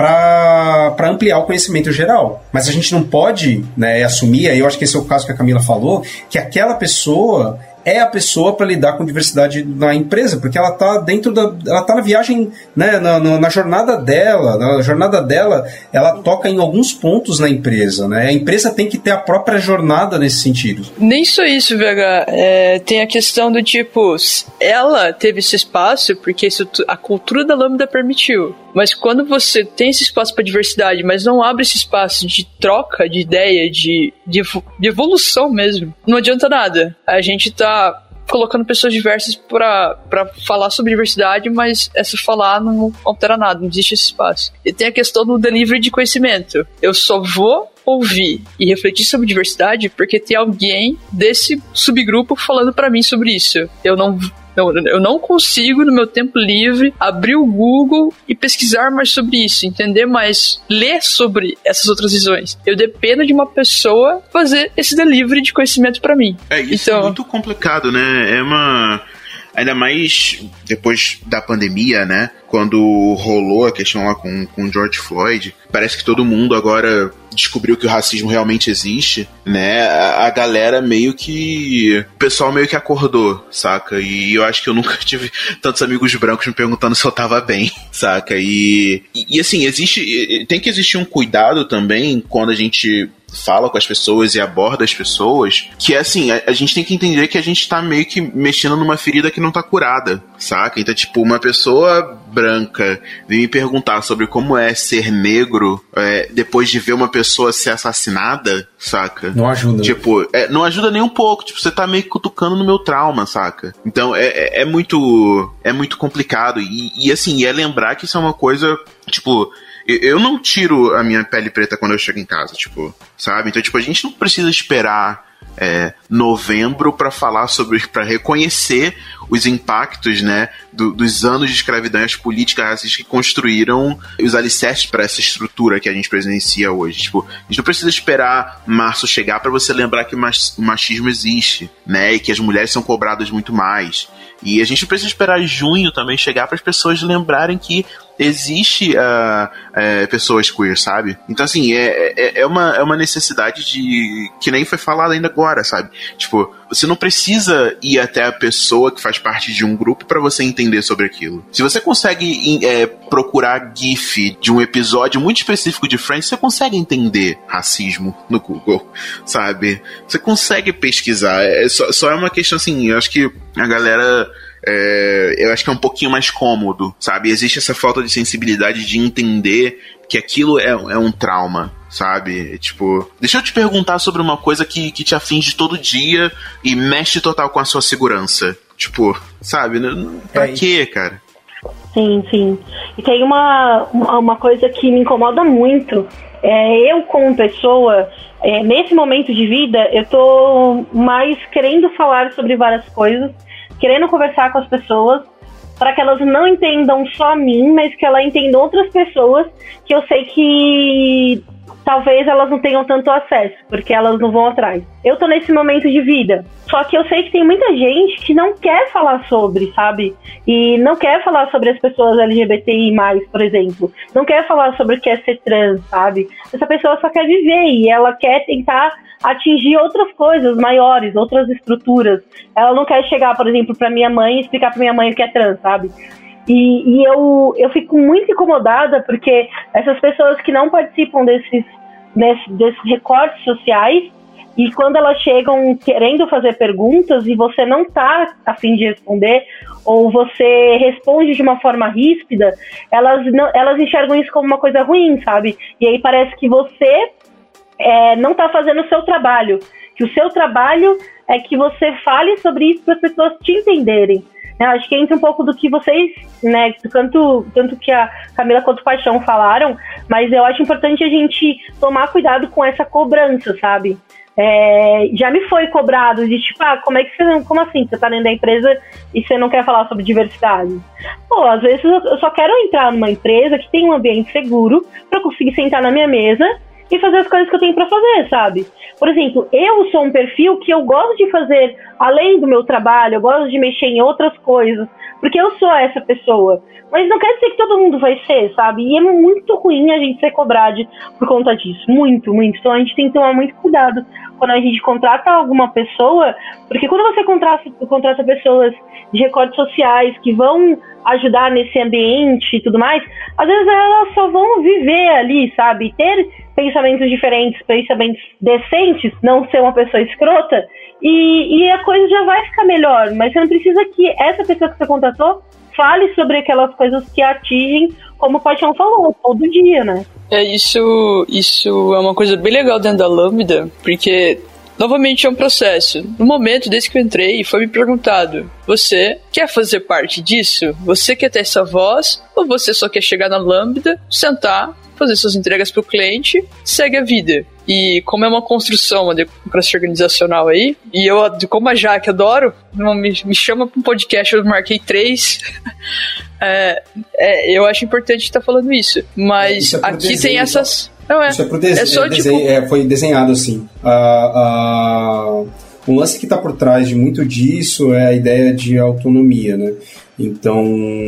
para ampliar o conhecimento geral. Mas a gente não pode, né, assumir, aí eu acho que esse é o caso que a Camila falou, que aquela pessoa é a pessoa para lidar com diversidade na empresa, porque ela está dentro da, ela está na viagem, né, na, na, na jornada dela, na jornada dela, ela toca em alguns pontos na empresa, né? A empresa tem que ter a própria jornada nesse sentido. Nem só isso, V H, é, tem a questão do tipo, ela teve esse espaço porque isso, a cultura da Lambda permitiu. Mas quando você tem esse espaço para diversidade, mas não abre esse espaço de troca de ideia, de, de, de evolução mesmo, não adianta nada. A gente tá colocando pessoas diversas para falar sobre diversidade, mas essa falar não altera nada, não existe esse espaço. E tem a questão do delivery de conhecimento. Eu só vou ouvir e refletir sobre diversidade porque tem alguém desse subgrupo falando para mim sobre isso. Eu não... Eu, eu não consigo, no meu tempo livre, abrir o Google e pesquisar mais sobre isso, entender mais, ler sobre essas outras visões. Eu dependo de uma pessoa fazer esse delivery de conhecimento pra mim. É, isso então... é muito complicado, né? É uma... Ainda mais depois da pandemia, né? Quando rolou a questão lá com, com George Floyd, parece que todo mundo agora descobriu que o racismo realmente existe, né? A, a galera meio que... O pessoal meio que acordou, saca? E eu acho que eu nunca tive tantos amigos brancos me perguntando se eu tava bem, saca? E, e, e assim, existe... Tem que existir um cuidado também quando a gente fala com as pessoas e aborda as pessoas, que é assim, a, a gente tem que entender que a gente tá meio que mexendo numa ferida que não tá curada, saca? Então, tipo, uma pessoa branca vem me perguntar sobre como é ser negro é, depois de ver uma pessoa ser assassinada, saca? Não ajuda. Tipo, é, não ajuda nem um pouco, tipo, você tá meio que cutucando no meu trauma, saca? Então, é, é, é muito é muito complicado, e, e assim, é lembrar que isso é uma coisa, tipo... Eu não tiro a minha pele preta quando eu chego em casa, tipo, sabe? Então, tipo, a gente não precisa esperar é, novembro para falar sobre, para reconhecer os impactos, né, do, dos anos de escravidão e as políticas racistas que construíram os alicerces para essa estrutura que a gente presencia hoje. Tipo, a gente não precisa esperar março chegar para você lembrar que o machismo existe, né, e que as mulheres são cobradas muito mais. E a gente não precisa esperar junho também chegar para as pessoas lembrarem que existe uh, uh, pessoas queer, sabe? Então, assim, é, é, é, uma, é uma necessidade de... que nem foi falado ainda agora, sabe? Tipo, você não precisa ir até a pessoa que faz parte de um grupo para você entender sobre aquilo. Se você consegue é, procurar GIF de um episódio muito específico de Friends, você consegue entender racismo no Google, sabe? Você consegue pesquisar. É, só, só é uma questão, assim, eu acho que a galera... É, eu acho que é um pouquinho mais cômodo, sabe? Existe essa falta de sensibilidade de entender que aquilo é, é um trauma, sabe? Tipo, deixa eu te perguntar sobre uma coisa que, que te aflige todo dia e mexe total com a sua segurança. Tipo, sabe? Pra é, quê, cara? Sim, sim. E tem uma, uma coisa que me incomoda muito. É, eu, como pessoa, é, nesse momento de vida, eu tô mais querendo falar sobre várias coisas, querendo conversar com as pessoas, para que elas não entendam só a mim, mas que elas entendam outras pessoas que eu sei que talvez elas não tenham tanto acesso, porque elas não vão atrás. Eu tô nesse momento de vida, só que eu sei que tem muita gente que não quer falar sobre, sabe? E não quer falar sobre as pessoas L G B T I mais, por exemplo. Não quer falar sobre o que é ser trans, sabe? Essa pessoa só quer viver e ela quer tentar atingir outras coisas maiores, outras estruturas. Ela não quer chegar, por exemplo, pra minha mãe e explicar pra minha mãe o que é trans, sabe? E, e eu, eu fico muito incomodada porque essas pessoas que não participam desses, desses, desses recortes sociais, e quando elas chegam querendo fazer perguntas e você não tá a fim de responder, ou você responde de uma forma ríspida, elas, não, elas enxergam isso como uma coisa ruim, sabe? E aí parece que você é, não tá fazendo o seu trabalho, que o seu trabalho é que você fale sobre isso para as pessoas te entenderem. Eu acho que entra um pouco do que vocês, né, tanto, tanto que a Camila quanto o Paixão falaram, mas eu acho importante a gente tomar cuidado com essa cobrança, sabe? É, já me foi cobrado de tipo, ah, como é que você, como assim, você tá dentro da empresa e você não quer falar sobre diversidade? Pô, às vezes eu só quero entrar numa empresa que tem um ambiente seguro pra eu conseguir sentar na minha mesa e fazer as coisas que eu tenho pra fazer, sabe? Por exemplo, eu sou um perfil que eu gosto de fazer, além do meu trabalho, eu gosto de mexer em outras coisas, porque eu sou essa pessoa. Mas não quer dizer que todo mundo vai ser, sabe? E é muito ruim a gente ser cobrado por conta disso. Muito, muito. Então a gente tem que tomar muito cuidado quando a gente contrata alguma pessoa, porque quando você contrata, contrata pessoas de recortes sociais que vão ajudar nesse ambiente e tudo mais, às vezes elas só vão viver ali, sabe? Ter pensamentos diferentes, pensamentos decentes, não ser uma pessoa escrota, e, e a coisa já vai ficar melhor. Mas você não precisa que essa pessoa que você contratou fale sobre aquelas coisas que atingem, como o Paixão falou, todo dia, né? É, isso, isso é uma coisa bem legal dentro da Lambda, porque, novamente, é um processo. No momento, desde que eu entrei, foi me perguntado, você quer fazer parte disso? Você quer ter essa voz? Ou você só quer chegar na Lambda, sentar, fazer suas entregas pro cliente, segue a vida? E como é uma construção, uma democracia organizacional aí, e eu, como a Jaque adoro, me, me chama para um podcast, eu marquei três, é, é, eu acho importante estar falando isso. Mas isso é aqui desenho, tem essas... Não é, isso é pro desenho, é só, é desenho, tipo... é, foi desenhado assim. A, a, o lance que está por trás de muito disso é a ideia de autonomia, né? Então,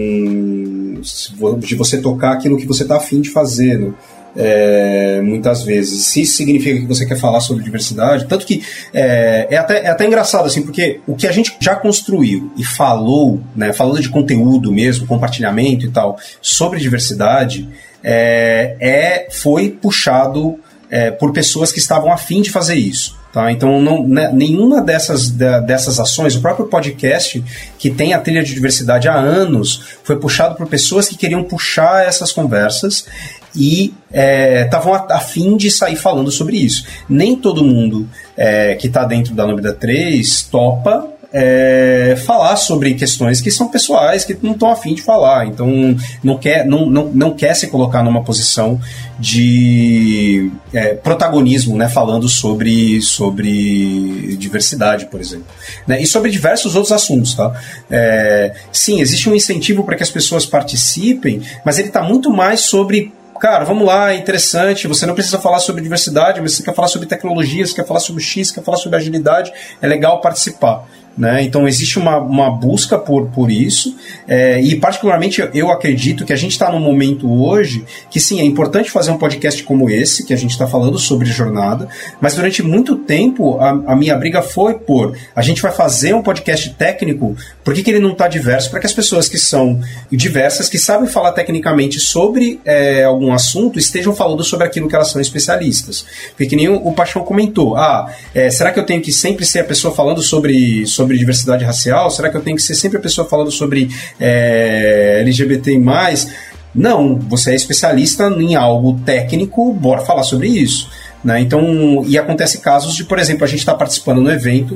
de você tocar aquilo que você está afim de fazer, né? É, muitas vezes, se isso significa que você quer falar sobre diversidade, tanto que é, é, até, é até engraçado assim, porque o que a gente já construiu e falou, né, falando de conteúdo mesmo, compartilhamento e tal, sobre diversidade, é, é, foi puxado é, por pessoas que estavam afim de fazer isso. Tá, então, não, né, nenhuma dessas, de, dessas ações, o próprio podcast, que tem a trilha de diversidade há anos, foi puxado por pessoas que queriam puxar essas conversas e estavam é, a, a fim de sair falando sobre isso. Nem todo mundo é, que está dentro da Lambda três topa É, falar sobre questões que são pessoais, que não estão a fim de falar, então não quer, não, não, não quer se colocar numa posição de é, protagonismo, né, falando sobre, sobre diversidade, por exemplo, né, e sobre diversos outros assuntos, tá? É, sim, existe um incentivo para que as pessoas participem, mas ele está muito mais sobre, cara, vamos lá, é interessante, você não precisa falar sobre diversidade, mas você quer falar sobre tecnologia, você quer falar sobre X, quer falar sobre agilidade, é legal participar. Né? Então existe uma, uma busca por, por isso, é, e particularmente eu acredito que a gente está num momento hoje que sim, é importante fazer um podcast como esse, que a gente está falando sobre jornada, mas durante muito tempo a, a minha briga foi por, a gente vai fazer um podcast técnico, por que, que ele não está diverso? Para que as pessoas que são diversas, que sabem falar tecnicamente sobre é, algum assunto, estejam falando sobre aquilo que elas são especialistas. Porque que nem o, o Paixão comentou, ah, é, será que eu tenho que sempre ser a pessoa falando sobre, sobre diversidade racial? Será que eu tenho que ser sempre a pessoa falando sobre é, L G B T mais? Não, você é especialista em algo técnico, bora falar sobre isso. Né? Então, e acontece casos de, por exemplo, a gente está participando no evento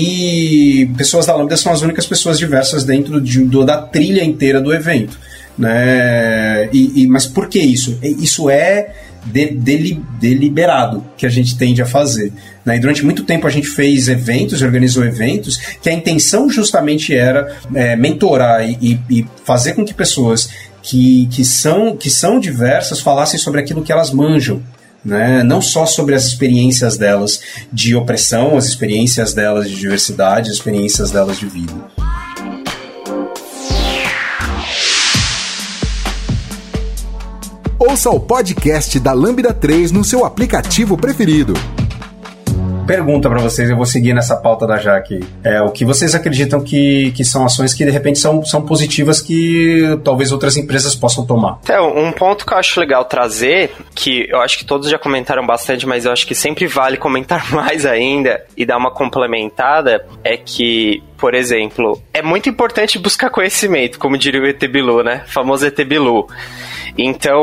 e pessoas da Lambda são as únicas pessoas diversas dentro de, do, da trilha inteira do evento. Né? E, e, mas por que isso? Isso é de, deli, deliberado que a gente tende a fazer. Né? E durante muito tempo a gente fez eventos, organizou eventos, que a intenção justamente era é, mentorar e, e fazer com que pessoas que, que, são, que são diversas falassem sobre aquilo que elas manjam. Né? Não só sobre as experiências delas de opressão, as experiências delas de diversidade, as experiências delas de vida. Ouça o podcast da Lambda três no seu aplicativo preferido. Pergunta para vocês, eu vou seguir nessa pauta da Jaque. É, o que vocês acreditam que, que são ações que de repente são, são positivas que talvez outras empresas possam tomar? Então, um ponto que eu acho legal trazer, que eu acho que todos já comentaram bastante, mas eu acho que sempre vale comentar mais ainda e dar uma complementada, é que, por exemplo, é muito importante buscar conhecimento, como diria o E T Bilu, né? O famoso E T Bilu. Então,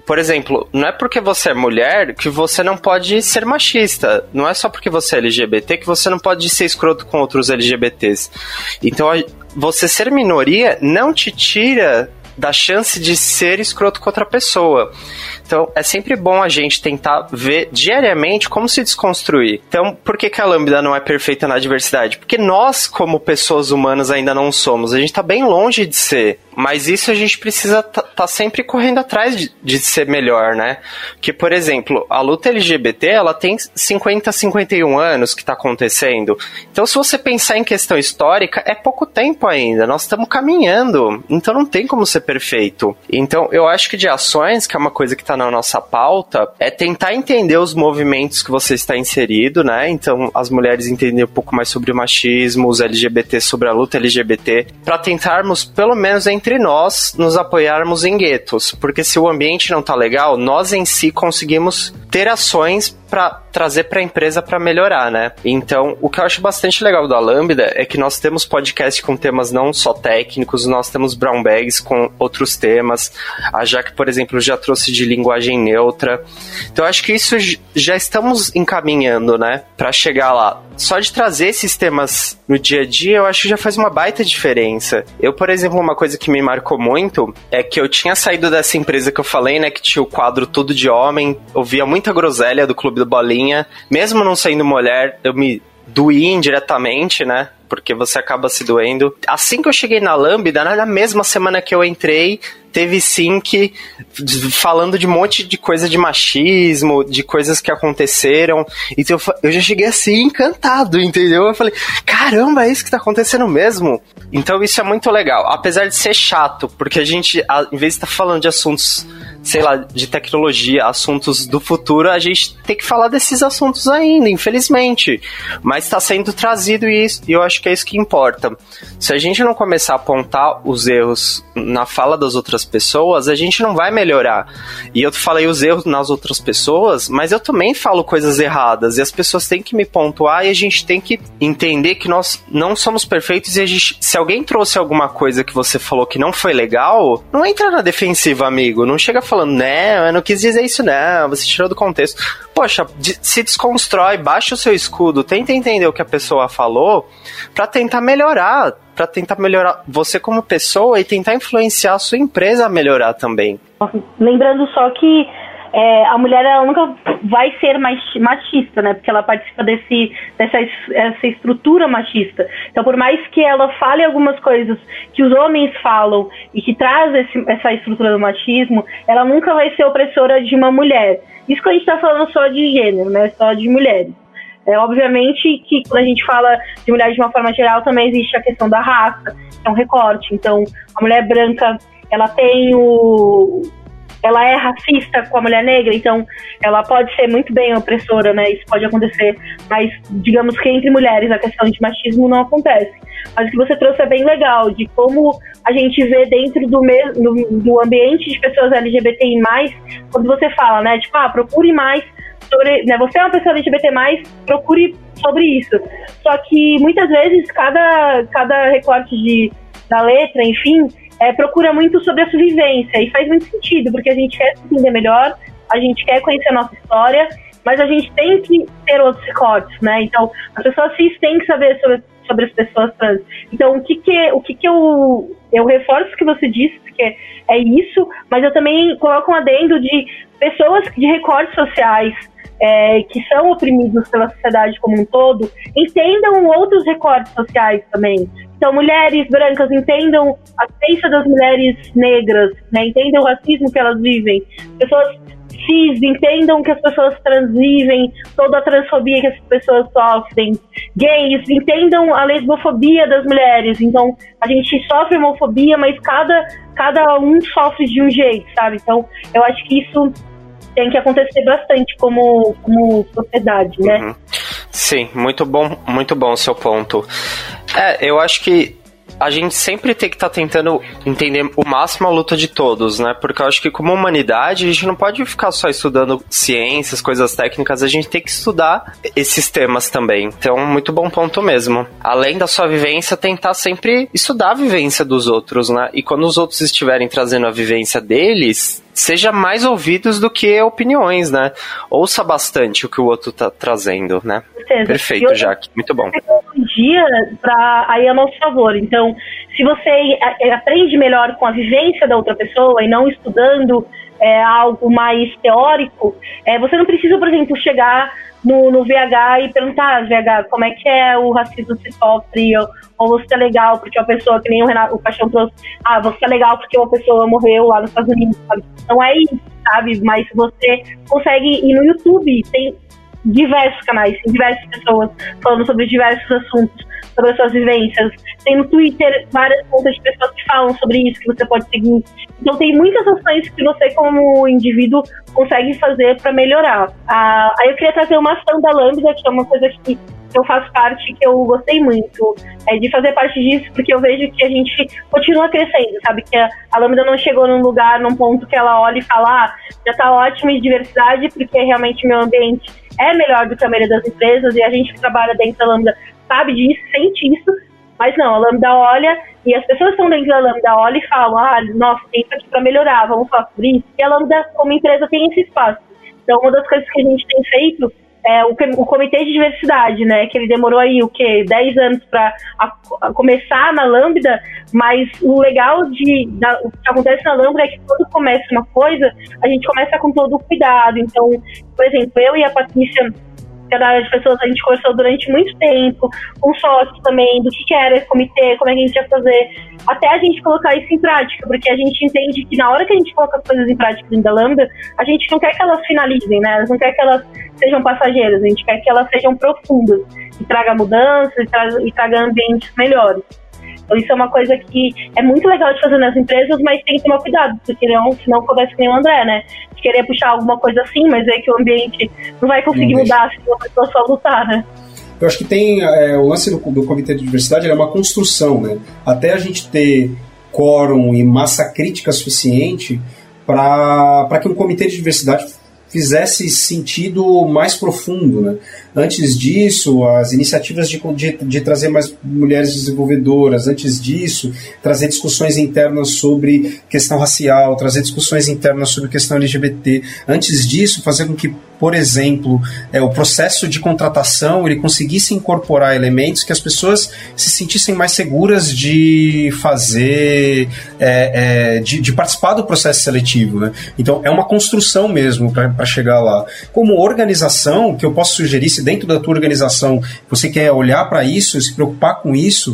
Por exemplo, não é porque você é mulher que você não pode ser machista. Não é só porque você é L G B T que você não pode ser escroto com outros L G B Ts. Então, você ser minoria não te tira da chance de ser escroto com outra pessoa. Então, é sempre bom a gente tentar ver diariamente como se desconstruir. Então, por que que a Lambda não é perfeita na diversidade? Porque nós, como pessoas humanas, ainda não somos. A gente tá bem longe de ser. Mas isso a gente precisa tá, tá sempre correndo atrás de, de ser melhor, né? Que, por exemplo, a luta L G B T, ela tem cinquenta, cinquenta e um anos que tá acontecendo. Então, se você pensar em questão histórica, é pouco tempo ainda. Nós estamos caminhando. Então, não tem como ser perfeito. Então, eu acho que de ações, que é uma coisa que tá na nossa pauta, é tentar entender os movimentos que você está inserido, né? Então, as mulheres entenderem um pouco mais sobre o machismo, os L G B T sobre a luta L G B T, para tentarmos, pelo menos entre nós, nos apoiarmos em guetos. Porque se o ambiente não tá legal, nós em si conseguimos ter ações para trazer para a empresa para melhorar, né? Então, o que eu acho bastante legal da Lambda é que nós temos podcast com temas não só técnicos, nós temos brown bags com outros temas. A Jaque, por exemplo, já trouxe de linguagem neutra. Então, eu acho que isso já estamos encaminhando, né? Para chegar lá. Só de trazer esses temas no dia a dia, eu acho que já faz uma baita diferença. Eu, por exemplo, uma coisa que me marcou muito é que eu tinha saído dessa empresa que eu falei, né? Que tinha o quadro Tudo de Homem, ouvia muita groselha do Clube do Bolinha. Mesmo não sendo mulher, eu me doí indiretamente, né? Porque você acaba se doendo. Assim que eu cheguei na Lambda, na mesma semana que eu entrei, teve sync falando de um monte de coisa de machismo, de coisas que aconteceram. Então eu, eu já cheguei assim, encantado, entendeu? Eu falei, caramba, é isso que tá acontecendo mesmo? Então isso é muito legal. Apesar de ser chato, porque a gente, a, em vez de estar tá falando de assuntos, sei lá, de tecnologia, assuntos do futuro, a gente tem que falar desses assuntos ainda, infelizmente. Mas tá sendo trazido isso, e eu acho que é isso que importa. Se a gente não começar a apontar os erros na fala das outras pessoas, a gente não vai melhorar. E eu falei os erros nas outras pessoas, mas eu também falo coisas erradas, e as pessoas têm que me pontuar, e a gente tem que entender que nós não somos perfeitos, e a gente, se alguém trouxe alguma coisa que você falou que não foi legal, não entra na defensiva, amigo. Não chega falando, né, eu não quis dizer isso não, você tirou do contexto. Poxa, se desconstrói, baixa o seu escudo, tenta entender o que a pessoa falou pra tentar melhorar, pra tentar melhorar você como pessoa e tentar influenciar a sua empresa a melhorar também. Lembrando só que é, a mulher, ela nunca vai ser mais machista, né? Porque ela participa desse, dessa essa estrutura machista. Então, por mais que ela fale algumas coisas que os homens falam e que traz esse, essa estrutura do machismo, ela nunca vai ser opressora de uma mulher. Isso que a gente está falando só de gênero, né? Só de mulheres. É, obviamente que quando a gente fala de mulher de uma forma geral, também existe a questão da raça, que é um recorte. Então, a mulher branca, ela tem o... ela é racista com a mulher negra, então ela pode ser muito bem opressora, né? Isso pode acontecer, mas digamos que entre mulheres a questão de machismo não acontece. Mas o que você trouxe é bem legal, de como a gente vê dentro do, mesmo, do, do ambiente de pessoas L G B T I mais, quando você fala, né? Tipo, ah, procure mais sobre... Né, você é uma pessoa L G B T mais, procure sobre isso. Só que muitas vezes cada, cada recorte de, da letra, enfim... É, procura muito sobre a sua vivência, e faz muito sentido, porque a gente quer se entender melhor, a gente quer conhecer a nossa história, mas a gente tem que ter outros recortes, né? Então, as pessoas cis têm que saber sobre, sobre as pessoas trans. Então, o que que, o que, que eu, eu reforço o que você disse, porque é isso, mas eu também coloco um adendo de pessoas de recortes sociais, É, que são oprimidos pela sociedade como um todo, entendam outros recortes sociais também. Então, mulheres brancas entendam a vivência das mulheres negras, né? Entendam o racismo que elas vivem. Pessoas cis entendam que as pessoas trans vivem, toda a transfobia que as pessoas sofrem. Gays entendam a lesbofobia das mulheres. Então, a gente sofre homofobia, mas cada, cada um sofre de um jeito, sabe? Então, eu acho que isso tem que acontecer bastante como, como sociedade, né? Uhum. Sim, muito bom, muito bom o seu ponto. É, eu acho que a gente sempre tem que estar tá tentando entender o máximo a luta de todos, né? Porque eu acho que como humanidade, a gente não pode ficar só estudando ciências, coisas técnicas, a gente tem que estudar esses temas também. Então, muito bom ponto mesmo. Além da sua vivência, tentar sempre estudar a vivência dos outros, né? E quando os outros estiverem trazendo a vivência deles, seja mais ouvidos do que opiniões, né? Ouça bastante o que o outro tá trazendo, né? Perfeito, Jaque. Muito bom. Tecnologia para aí a nosso favor. Então, se você aprende melhor com a vivência da outra pessoa e não estudando é, algo mais teórico, é, você não precisa, por exemplo, chegar no, no V H e perguntar, V H, como é que é o racismo se sofre, ou, ou você é legal porque uma pessoa, que nem o, Renato, o Paixão trouxe, ah, você é legal porque uma pessoa morreu lá nos Estados Unidos, sabe? Não é isso, sabe? Mas você consegue ir no YouTube, tem diversos canais, tem diversas pessoas falando sobre diversos assuntos, sobre as suas vivências. Tem no Twitter várias contas de pessoas que falam sobre isso, que você pode seguir. Então tem muitas ações que você, como indivíduo, consegue fazer para melhorar. Ah, aí eu queria trazer uma ação da Lambda, que é uma coisa que eu faço parte, que eu gostei muito é, de fazer parte disso, porque eu vejo que a gente continua crescendo, sabe? Que a, a Lambda não chegou num lugar, num ponto que ela olha e fala, ah, já tá ótimo de diversidade, porque realmente o meu ambiente é melhor do que a maioria das empresas, e a gente que trabalha dentro da Lambda sabe disso, sente isso, mas não, a Lambda olha, e as pessoas que estão dentro da Lambda olham e falam, ah, nossa, tem isso aqui para melhorar, vamos falar sobre isso, e a Lambda, como empresa, tem esse espaço. Então, uma das coisas que a gente tem feito é o, o Comitê de Diversidade, né, que ele demorou aí, o quê, dez anos para começar na Lambda, mas o legal de, da, o que acontece na Lambda é que quando começa uma coisa, a gente começa com todo o cuidado. Então, por exemplo, eu e a Patrícia, que é da área de pessoas, a gente conversou durante muito tempo, com sócios também, do que, que era esse comitê, como é que a gente ia fazer, até a gente colocar isso em prática, porque a gente entende que na hora que a gente coloca as coisas em prática dentro da Lambda, a gente não quer que elas finalizem, né? A gente não quer que elas sejam passageiras, a gente quer que elas sejam profundas, e traga mudanças, e traga, e traga ambientes melhores. Então isso é uma coisa que é muito legal de fazer nas empresas, mas tem que tomar cuidado, porque não, senão acontece que nem o André, né? De querer puxar alguma coisa assim, mas é que o ambiente não vai conseguir não mudar se a pessoa só lutar, né? Eu acho que tem é, o lance do, do Comitê de Diversidade, é uma construção, né? Até a gente ter quórum e massa crítica suficiente para que um Comitê de Diversidade fizesse sentido mais profundo, né? Antes disso, as iniciativas de, de, de trazer mais mulheres desenvolvedoras, antes disso, trazer discussões internas sobre questão racial, trazer discussões internas sobre questão L G B T, antes disso, fazer com que, por exemplo, é, o processo de contratação ele conseguisse incorporar elementos que as pessoas se sentissem mais seguras de fazer, é, é, de, de participar do processo seletivo, né? Então, é uma construção mesmo para chegar lá. Como organização, que eu posso sugerir, se dentro da tua organização você quer olhar para isso, se preocupar com isso,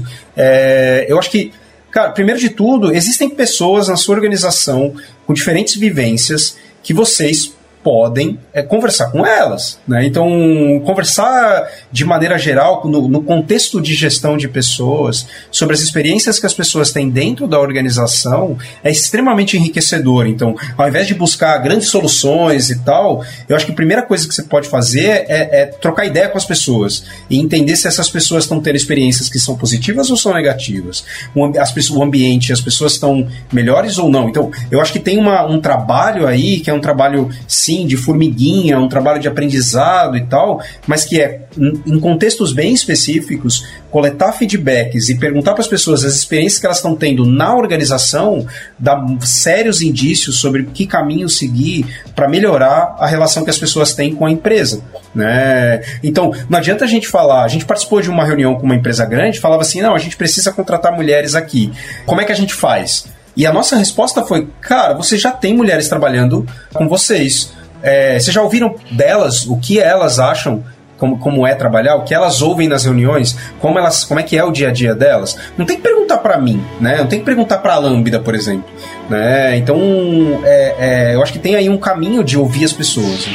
é, eu acho que, cara, primeiro de tudo, existem pessoas na sua organização com diferentes vivências que vocês podem é, conversar com elas, né? Então, conversar de maneira geral, no, no contexto de gestão de pessoas, sobre as experiências que as pessoas têm dentro da organização, é extremamente enriquecedor. Então, ao invés de buscar grandes soluções e tal, eu acho que a primeira coisa que você pode fazer é, é trocar ideia com as pessoas e entender se essas pessoas estão tendo experiências que são positivas ou são negativas. O, as, o ambiente, as pessoas estão melhores ou não. Então, eu acho que tem uma, um trabalho aí, que é um trabalho, sim, de formiguinha, um trabalho de aprendizado e tal, mas que é, em contextos bem específicos, coletar feedbacks e perguntar para as pessoas as experiências que elas estão tendo na organização, dá sérios indícios sobre que caminho seguir para melhorar a relação que as pessoas têm com a empresa, né? Então, não adianta a gente falar, a gente participou de uma reunião com uma empresa grande, falava assim, não, a gente precisa contratar mulheres aqui. Como é que a gente faz? E a nossa resposta foi, cara, você já tem mulheres trabalhando com vocês. É, vocês já ouviram delas o que elas acham, como, como é trabalhar, o que elas ouvem nas reuniões, como, elas, como é que é o dia a dia delas? Não tem que perguntar para mim, né? Não tem que perguntar para a Lambda, por exemplo, né? Então, é, é, eu acho que tem aí um caminho de ouvir as pessoas.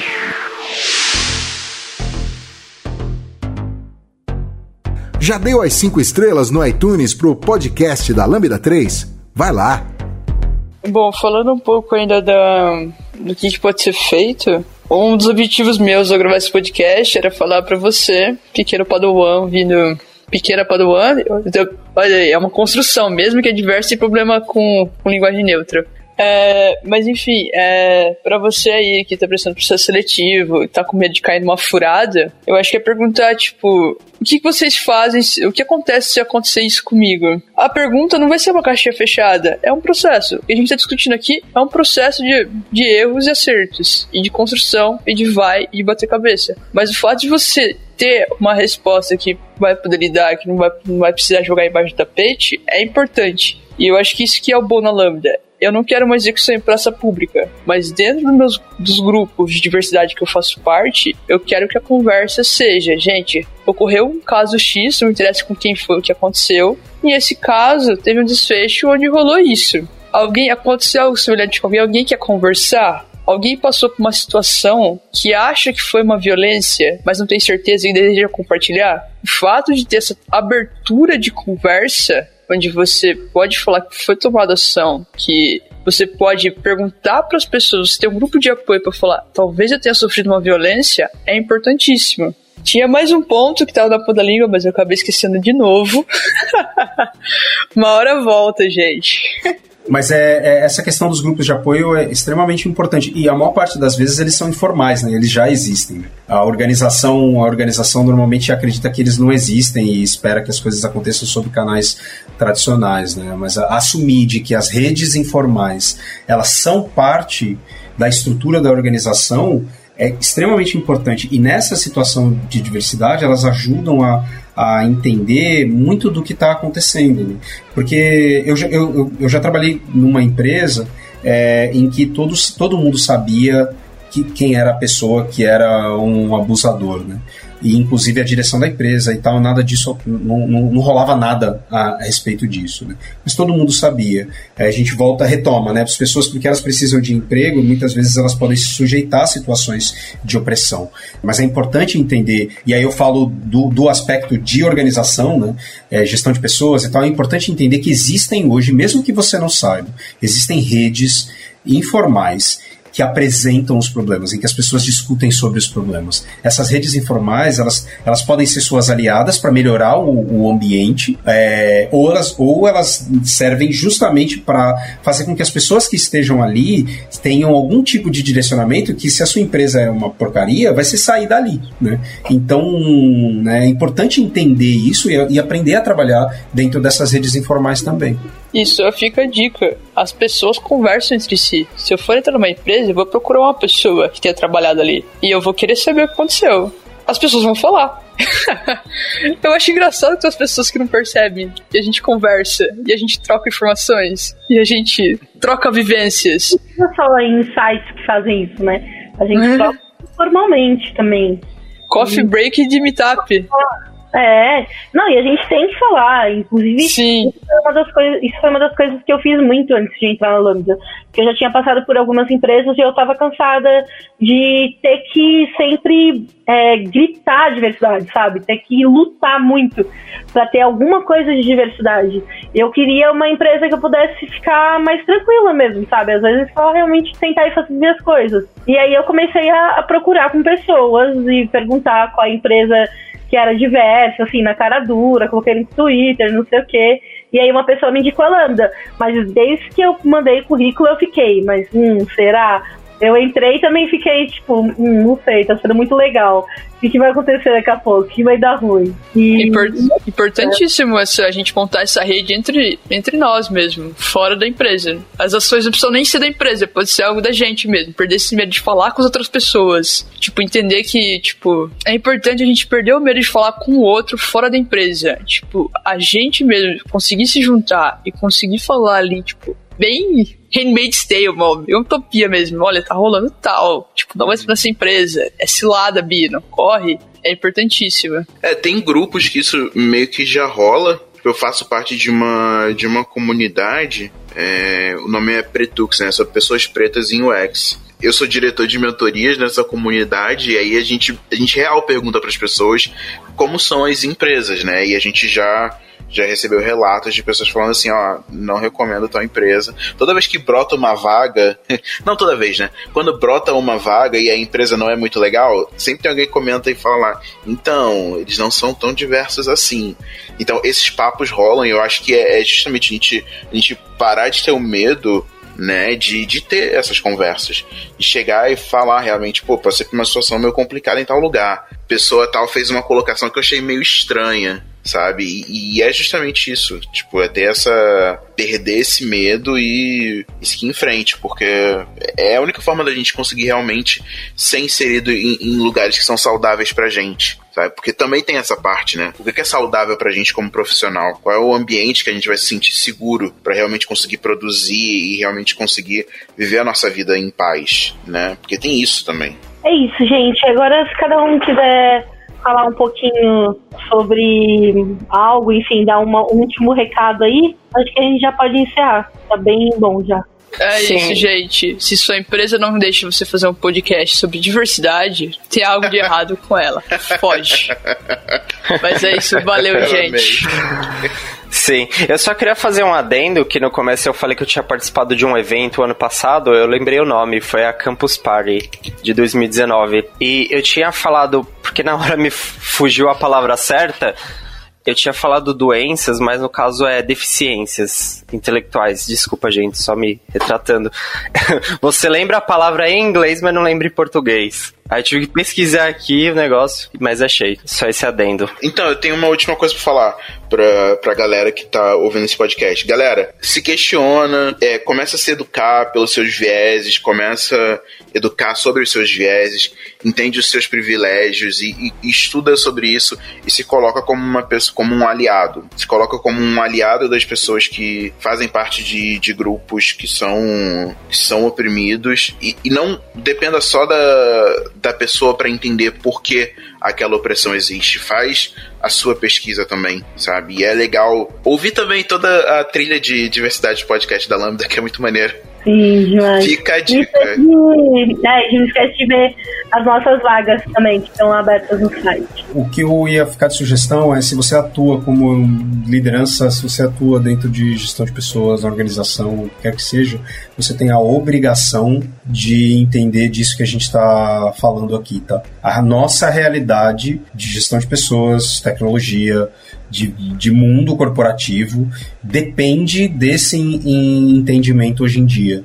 Já deu as cinco estrelas no iTunes pro podcast da Lambda três? Vai lá! Bom, falando um pouco ainda da, do que, que pode ser feito, um dos objetivos meus ao gravar esse podcast era falar pra você, pequeno padawan vindo pequena Padawan, olha aí, é uma construção, mesmo que é diversa, tem problema com, com linguagem neutra. É, mas enfim, é, pra você aí que tá prestando processo seletivo e tá com medo de cair numa furada, eu acho que é perguntar, tipo, o que vocês fazem, o que acontece se acontecer isso comigo? A pergunta não vai ser uma caixinha fechada, é um processo. O que a gente tá discutindo aqui é um processo de, de erros e acertos, e de construção, e de vai e de bater cabeça. Mas o fato de você ter uma resposta que vai poder lidar, que não vai, não vai precisar jogar embaixo do tapete, é importante. E eu acho que isso que é o bom na Lambda. Eu não quero uma execução em praça pública, mas dentro dos, meus, dos grupos de diversidade que eu faço parte, eu quero que a conversa seja, gente, ocorreu um caso X, não me interessa com quem foi o que aconteceu, e esse caso teve um desfecho onde rolou isso. Alguém, aconteceu algo semelhante com alguém, alguém quer conversar? Alguém passou por uma situação que acha que foi uma violência, mas não tem certeza e deseja compartilhar? O fato de ter essa abertura de conversa, onde você pode falar que foi tomada ação, que você pode perguntar para as pessoas, ter um grupo de apoio para falar, talvez eu tenha sofrido uma violência, é importantíssimo. Tinha mais um ponto que estava na ponta da língua, mas eu acabei esquecendo de novo. Uma hora volta, gente. Mas é, é, essa questão dos grupos de apoio é extremamente importante. E a maior parte das vezes eles são informais, né? Eles já existem. Né? A organização, a organização normalmente acredita que eles não existem e espera que as coisas aconteçam sob canais tradicionais. Né? Mas a, assumir de que as redes informais elas são parte da estrutura da organização é extremamente importante. E nessa situação de diversidade, elas ajudam a a entender muito do que está acontecendo, né? Porque eu já, eu, eu já trabalhei numa empresa é, em que todos, todo mundo sabia que, quem era a pessoa que era um abusador, né? E inclusive a direção da empresa e tal, nada disso, não, não, não rolava nada a, a respeito disso, né? Mas todo mundo sabia. É, a gente volta, retoma, né? As pessoas, porque elas precisam de emprego, muitas vezes elas podem se sujeitar a situações de opressão. Mas é importante entender, e aí eu falo do, do aspecto de organização, né? É, gestão de pessoas e tal, é importante entender que existem hoje, mesmo que você não saiba, existem redes informais que apresentam os problemas, em que as pessoas discutem sobre os problemas. Essas redes informais, elas, elas podem ser suas aliadas para melhorar o, o ambiente, é, ou, elas, ou elas servem justamente para fazer com que as pessoas que estejam ali tenham algum tipo de direcionamento que, se a sua empresa é uma porcaria, vai ser sair dali, né? Então, né, é importante entender isso e, e aprender a trabalhar dentro dessas redes informais também. Isso, fica a dica. As pessoas conversam entre si. Se eu for entrar numa empresa, eu vou procurar uma pessoa que tenha trabalhado ali. E eu vou querer saber o que aconteceu. As pessoas vão falar. Eu acho engraçado que tem as pessoas que não percebem. E a gente conversa. E a gente troca informações. E a gente troca vivências. Não é só em sites que fazem isso, né? A gente uhum. troca formalmente também. Coffee break de meetup. É, não, e a gente tem que falar, inclusive, Sim. Isso, foi uma das coisas, isso foi uma das coisas que eu fiz muito antes de entrar na Lambda, porque eu já tinha passado por algumas empresas e eu tava cansada de ter que sempre é, gritar a diversidade, sabe, ter que lutar muito pra ter alguma coisa de diversidade. Eu queria uma empresa que eu pudesse ficar mais tranquila mesmo, sabe, às vezes só realmente tentar e fazer as coisas. E aí eu comecei a, a procurar com pessoas e perguntar qual a empresa que era diversa, assim, na cara dura, coloquei no Twitter, não sei o quê. E aí uma pessoa me indicou a Lambda. Mas desde que eu mandei o currículo, eu fiquei. Mas, hum, será? Eu entrei e também fiquei, tipo, hum, não sei, tá sendo muito legal. O que, que vai acontecer daqui a pouco? O que vai dar ruim? E... Import, importantíssimo é. essa, a gente montar essa rede entre, entre nós mesmo, fora da empresa. As ações não precisam nem ser da empresa, pode ser algo da gente mesmo. Perder esse medo de falar com as outras pessoas. Tipo, entender que, tipo, é importante a gente perder o medo de falar com o outro fora da empresa. Tipo, a gente mesmo conseguir se juntar e conseguir falar ali, tipo, bem Handmaid's Tale, mano. É utopia mesmo. Olha, tá rolando tal. Tipo, não vai ser nessa empresa. É cilada, Bi, não corre. É importantíssimo. É, tem grupos que isso meio que já rola. Eu faço parte de uma, de uma comunidade. É, o nome é Pretux, né? São pessoas pretas em U X. Eu sou diretor de mentorias nessa comunidade. E aí a gente, a gente real pergunta para as pessoas como são as empresas, né? E a gente já... já recebeu relatos de pessoas falando assim, ó, não recomendo tal empresa. Toda vez que brota uma vaga, não toda vez, né? Quando brota uma vaga e a empresa não é muito legal, sempre tem alguém que comenta e fala, então, eles não são tão diversos assim. Então, esses papos rolam e eu acho que é, é justamente a gente, a gente parar de ter o medo, né, de, de ter essas conversas, de chegar e falar realmente, pô, passei por uma situação meio complicada em tal lugar, pessoa tal fez uma colocação que eu achei meio estranha, sabe, e, e é justamente isso, tipo, é ter essa, perder esse medo e, e seguir em frente, porque é a única forma da gente conseguir realmente ser inserido em, em lugares que são saudáveis pra gente, sabe, porque também tem essa parte, né, o que é saudável pra gente como profissional, qual é o ambiente que a gente vai se sentir seguro pra realmente conseguir produzir e realmente conseguir viver a nossa vida em paz, né, porque tem isso também. É isso, gente, agora se cada um quiser falar um pouquinho sobre algo, enfim, dar uma, um último recado aí, acho que a gente já pode encerrar. Tá bem bom já. É Sim. isso, gente. Se sua empresa não deixa você fazer um podcast sobre diversidade, tem algo de errado com ela. Foge. Mas é isso, valeu, eu gente. Sim, eu só queria fazer um adendo, que no começo eu falei que eu tinha participado de um evento ano passado, eu lembrei o nome, foi a Campus Party de dois mil e dezenove. E eu tinha falado, porque na hora me fugiu a palavra certa, eu tinha falado doenças, mas no caso é deficiências intelectuais. Desculpa, gente, só me retratando. Você lembra a palavra em inglês, mas não lembra em português. Aí tive que pesquisar aqui o negócio, mas achei. Só esse adendo. Então, eu tenho uma última coisa pra falar pra, pra galera que tá ouvindo esse podcast. Galera, se questiona, é, começa a se educar pelos seus vieses, começa a educar sobre os seus vieses, entende os seus privilégios e, e, e estuda sobre isso e se coloca como uma pessoa, como um aliado. Se coloca como um aliado das pessoas que fazem parte de, de grupos que são, que são oprimidos e, e não dependa só da da pessoa para entender por que aquela opressão existe. Faz a sua pesquisa também, sabe? E é legal ouvir também toda a trilha de diversidade de podcast da Lambda, que é muito maneiro. Sim, demais. Fica a dica. E, é, a gente não esquece de ver as nossas vagas também, que estão abertas no site. O que eu ia ficar de sugestão é, se você atua como liderança, se você atua dentro de gestão de pessoas, organização, o que quer que seja, você tem a obrigação de entender disso que a gente está falando aqui, tá? A nossa realidade de gestão de pessoas, tecnologia, De, de mundo corporativo, depende desse entendimento hoje em dia.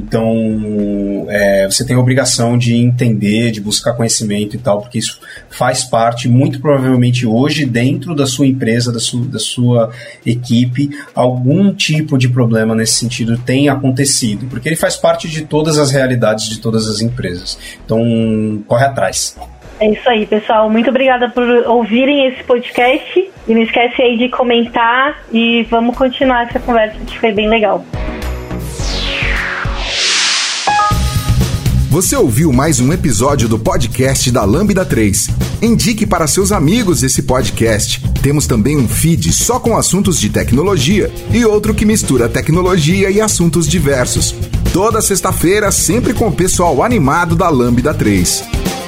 Então, é, você tem a obrigação de entender, de buscar conhecimento e tal, porque isso faz parte, muito provavelmente hoje, dentro da sua empresa, da sua, da sua equipe, algum tipo de problema nesse sentido tem acontecido, porque ele faz parte de todas as realidades de todas as empresas. Então, corre atrás. É isso aí, pessoal. Muito obrigada por ouvirem esse podcast. E não esquece aí de comentar e vamos continuar essa conversa, que foi bem legal. Você ouviu mais um episódio do podcast da Lambda três. Indique para seus amigos esse podcast. Temos também um feed só com assuntos de tecnologia e outro que mistura tecnologia e assuntos diversos. Toda sexta-feira, sempre com o pessoal animado da Lambda três.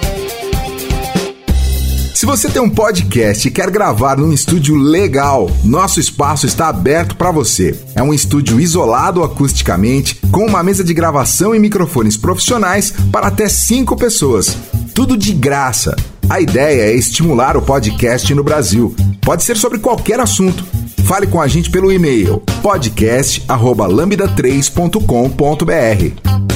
Se você tem um podcast e quer gravar num estúdio legal, nosso espaço está aberto para você. É um estúdio isolado acusticamente, com uma mesa de gravação e microfones profissionais para até cinco pessoas. Tudo de graça. A ideia é estimular o podcast no Brasil. Pode ser sobre qualquer assunto. Fale com a gente pelo e-mail podcast arroba lambda três ponto com ponto b r.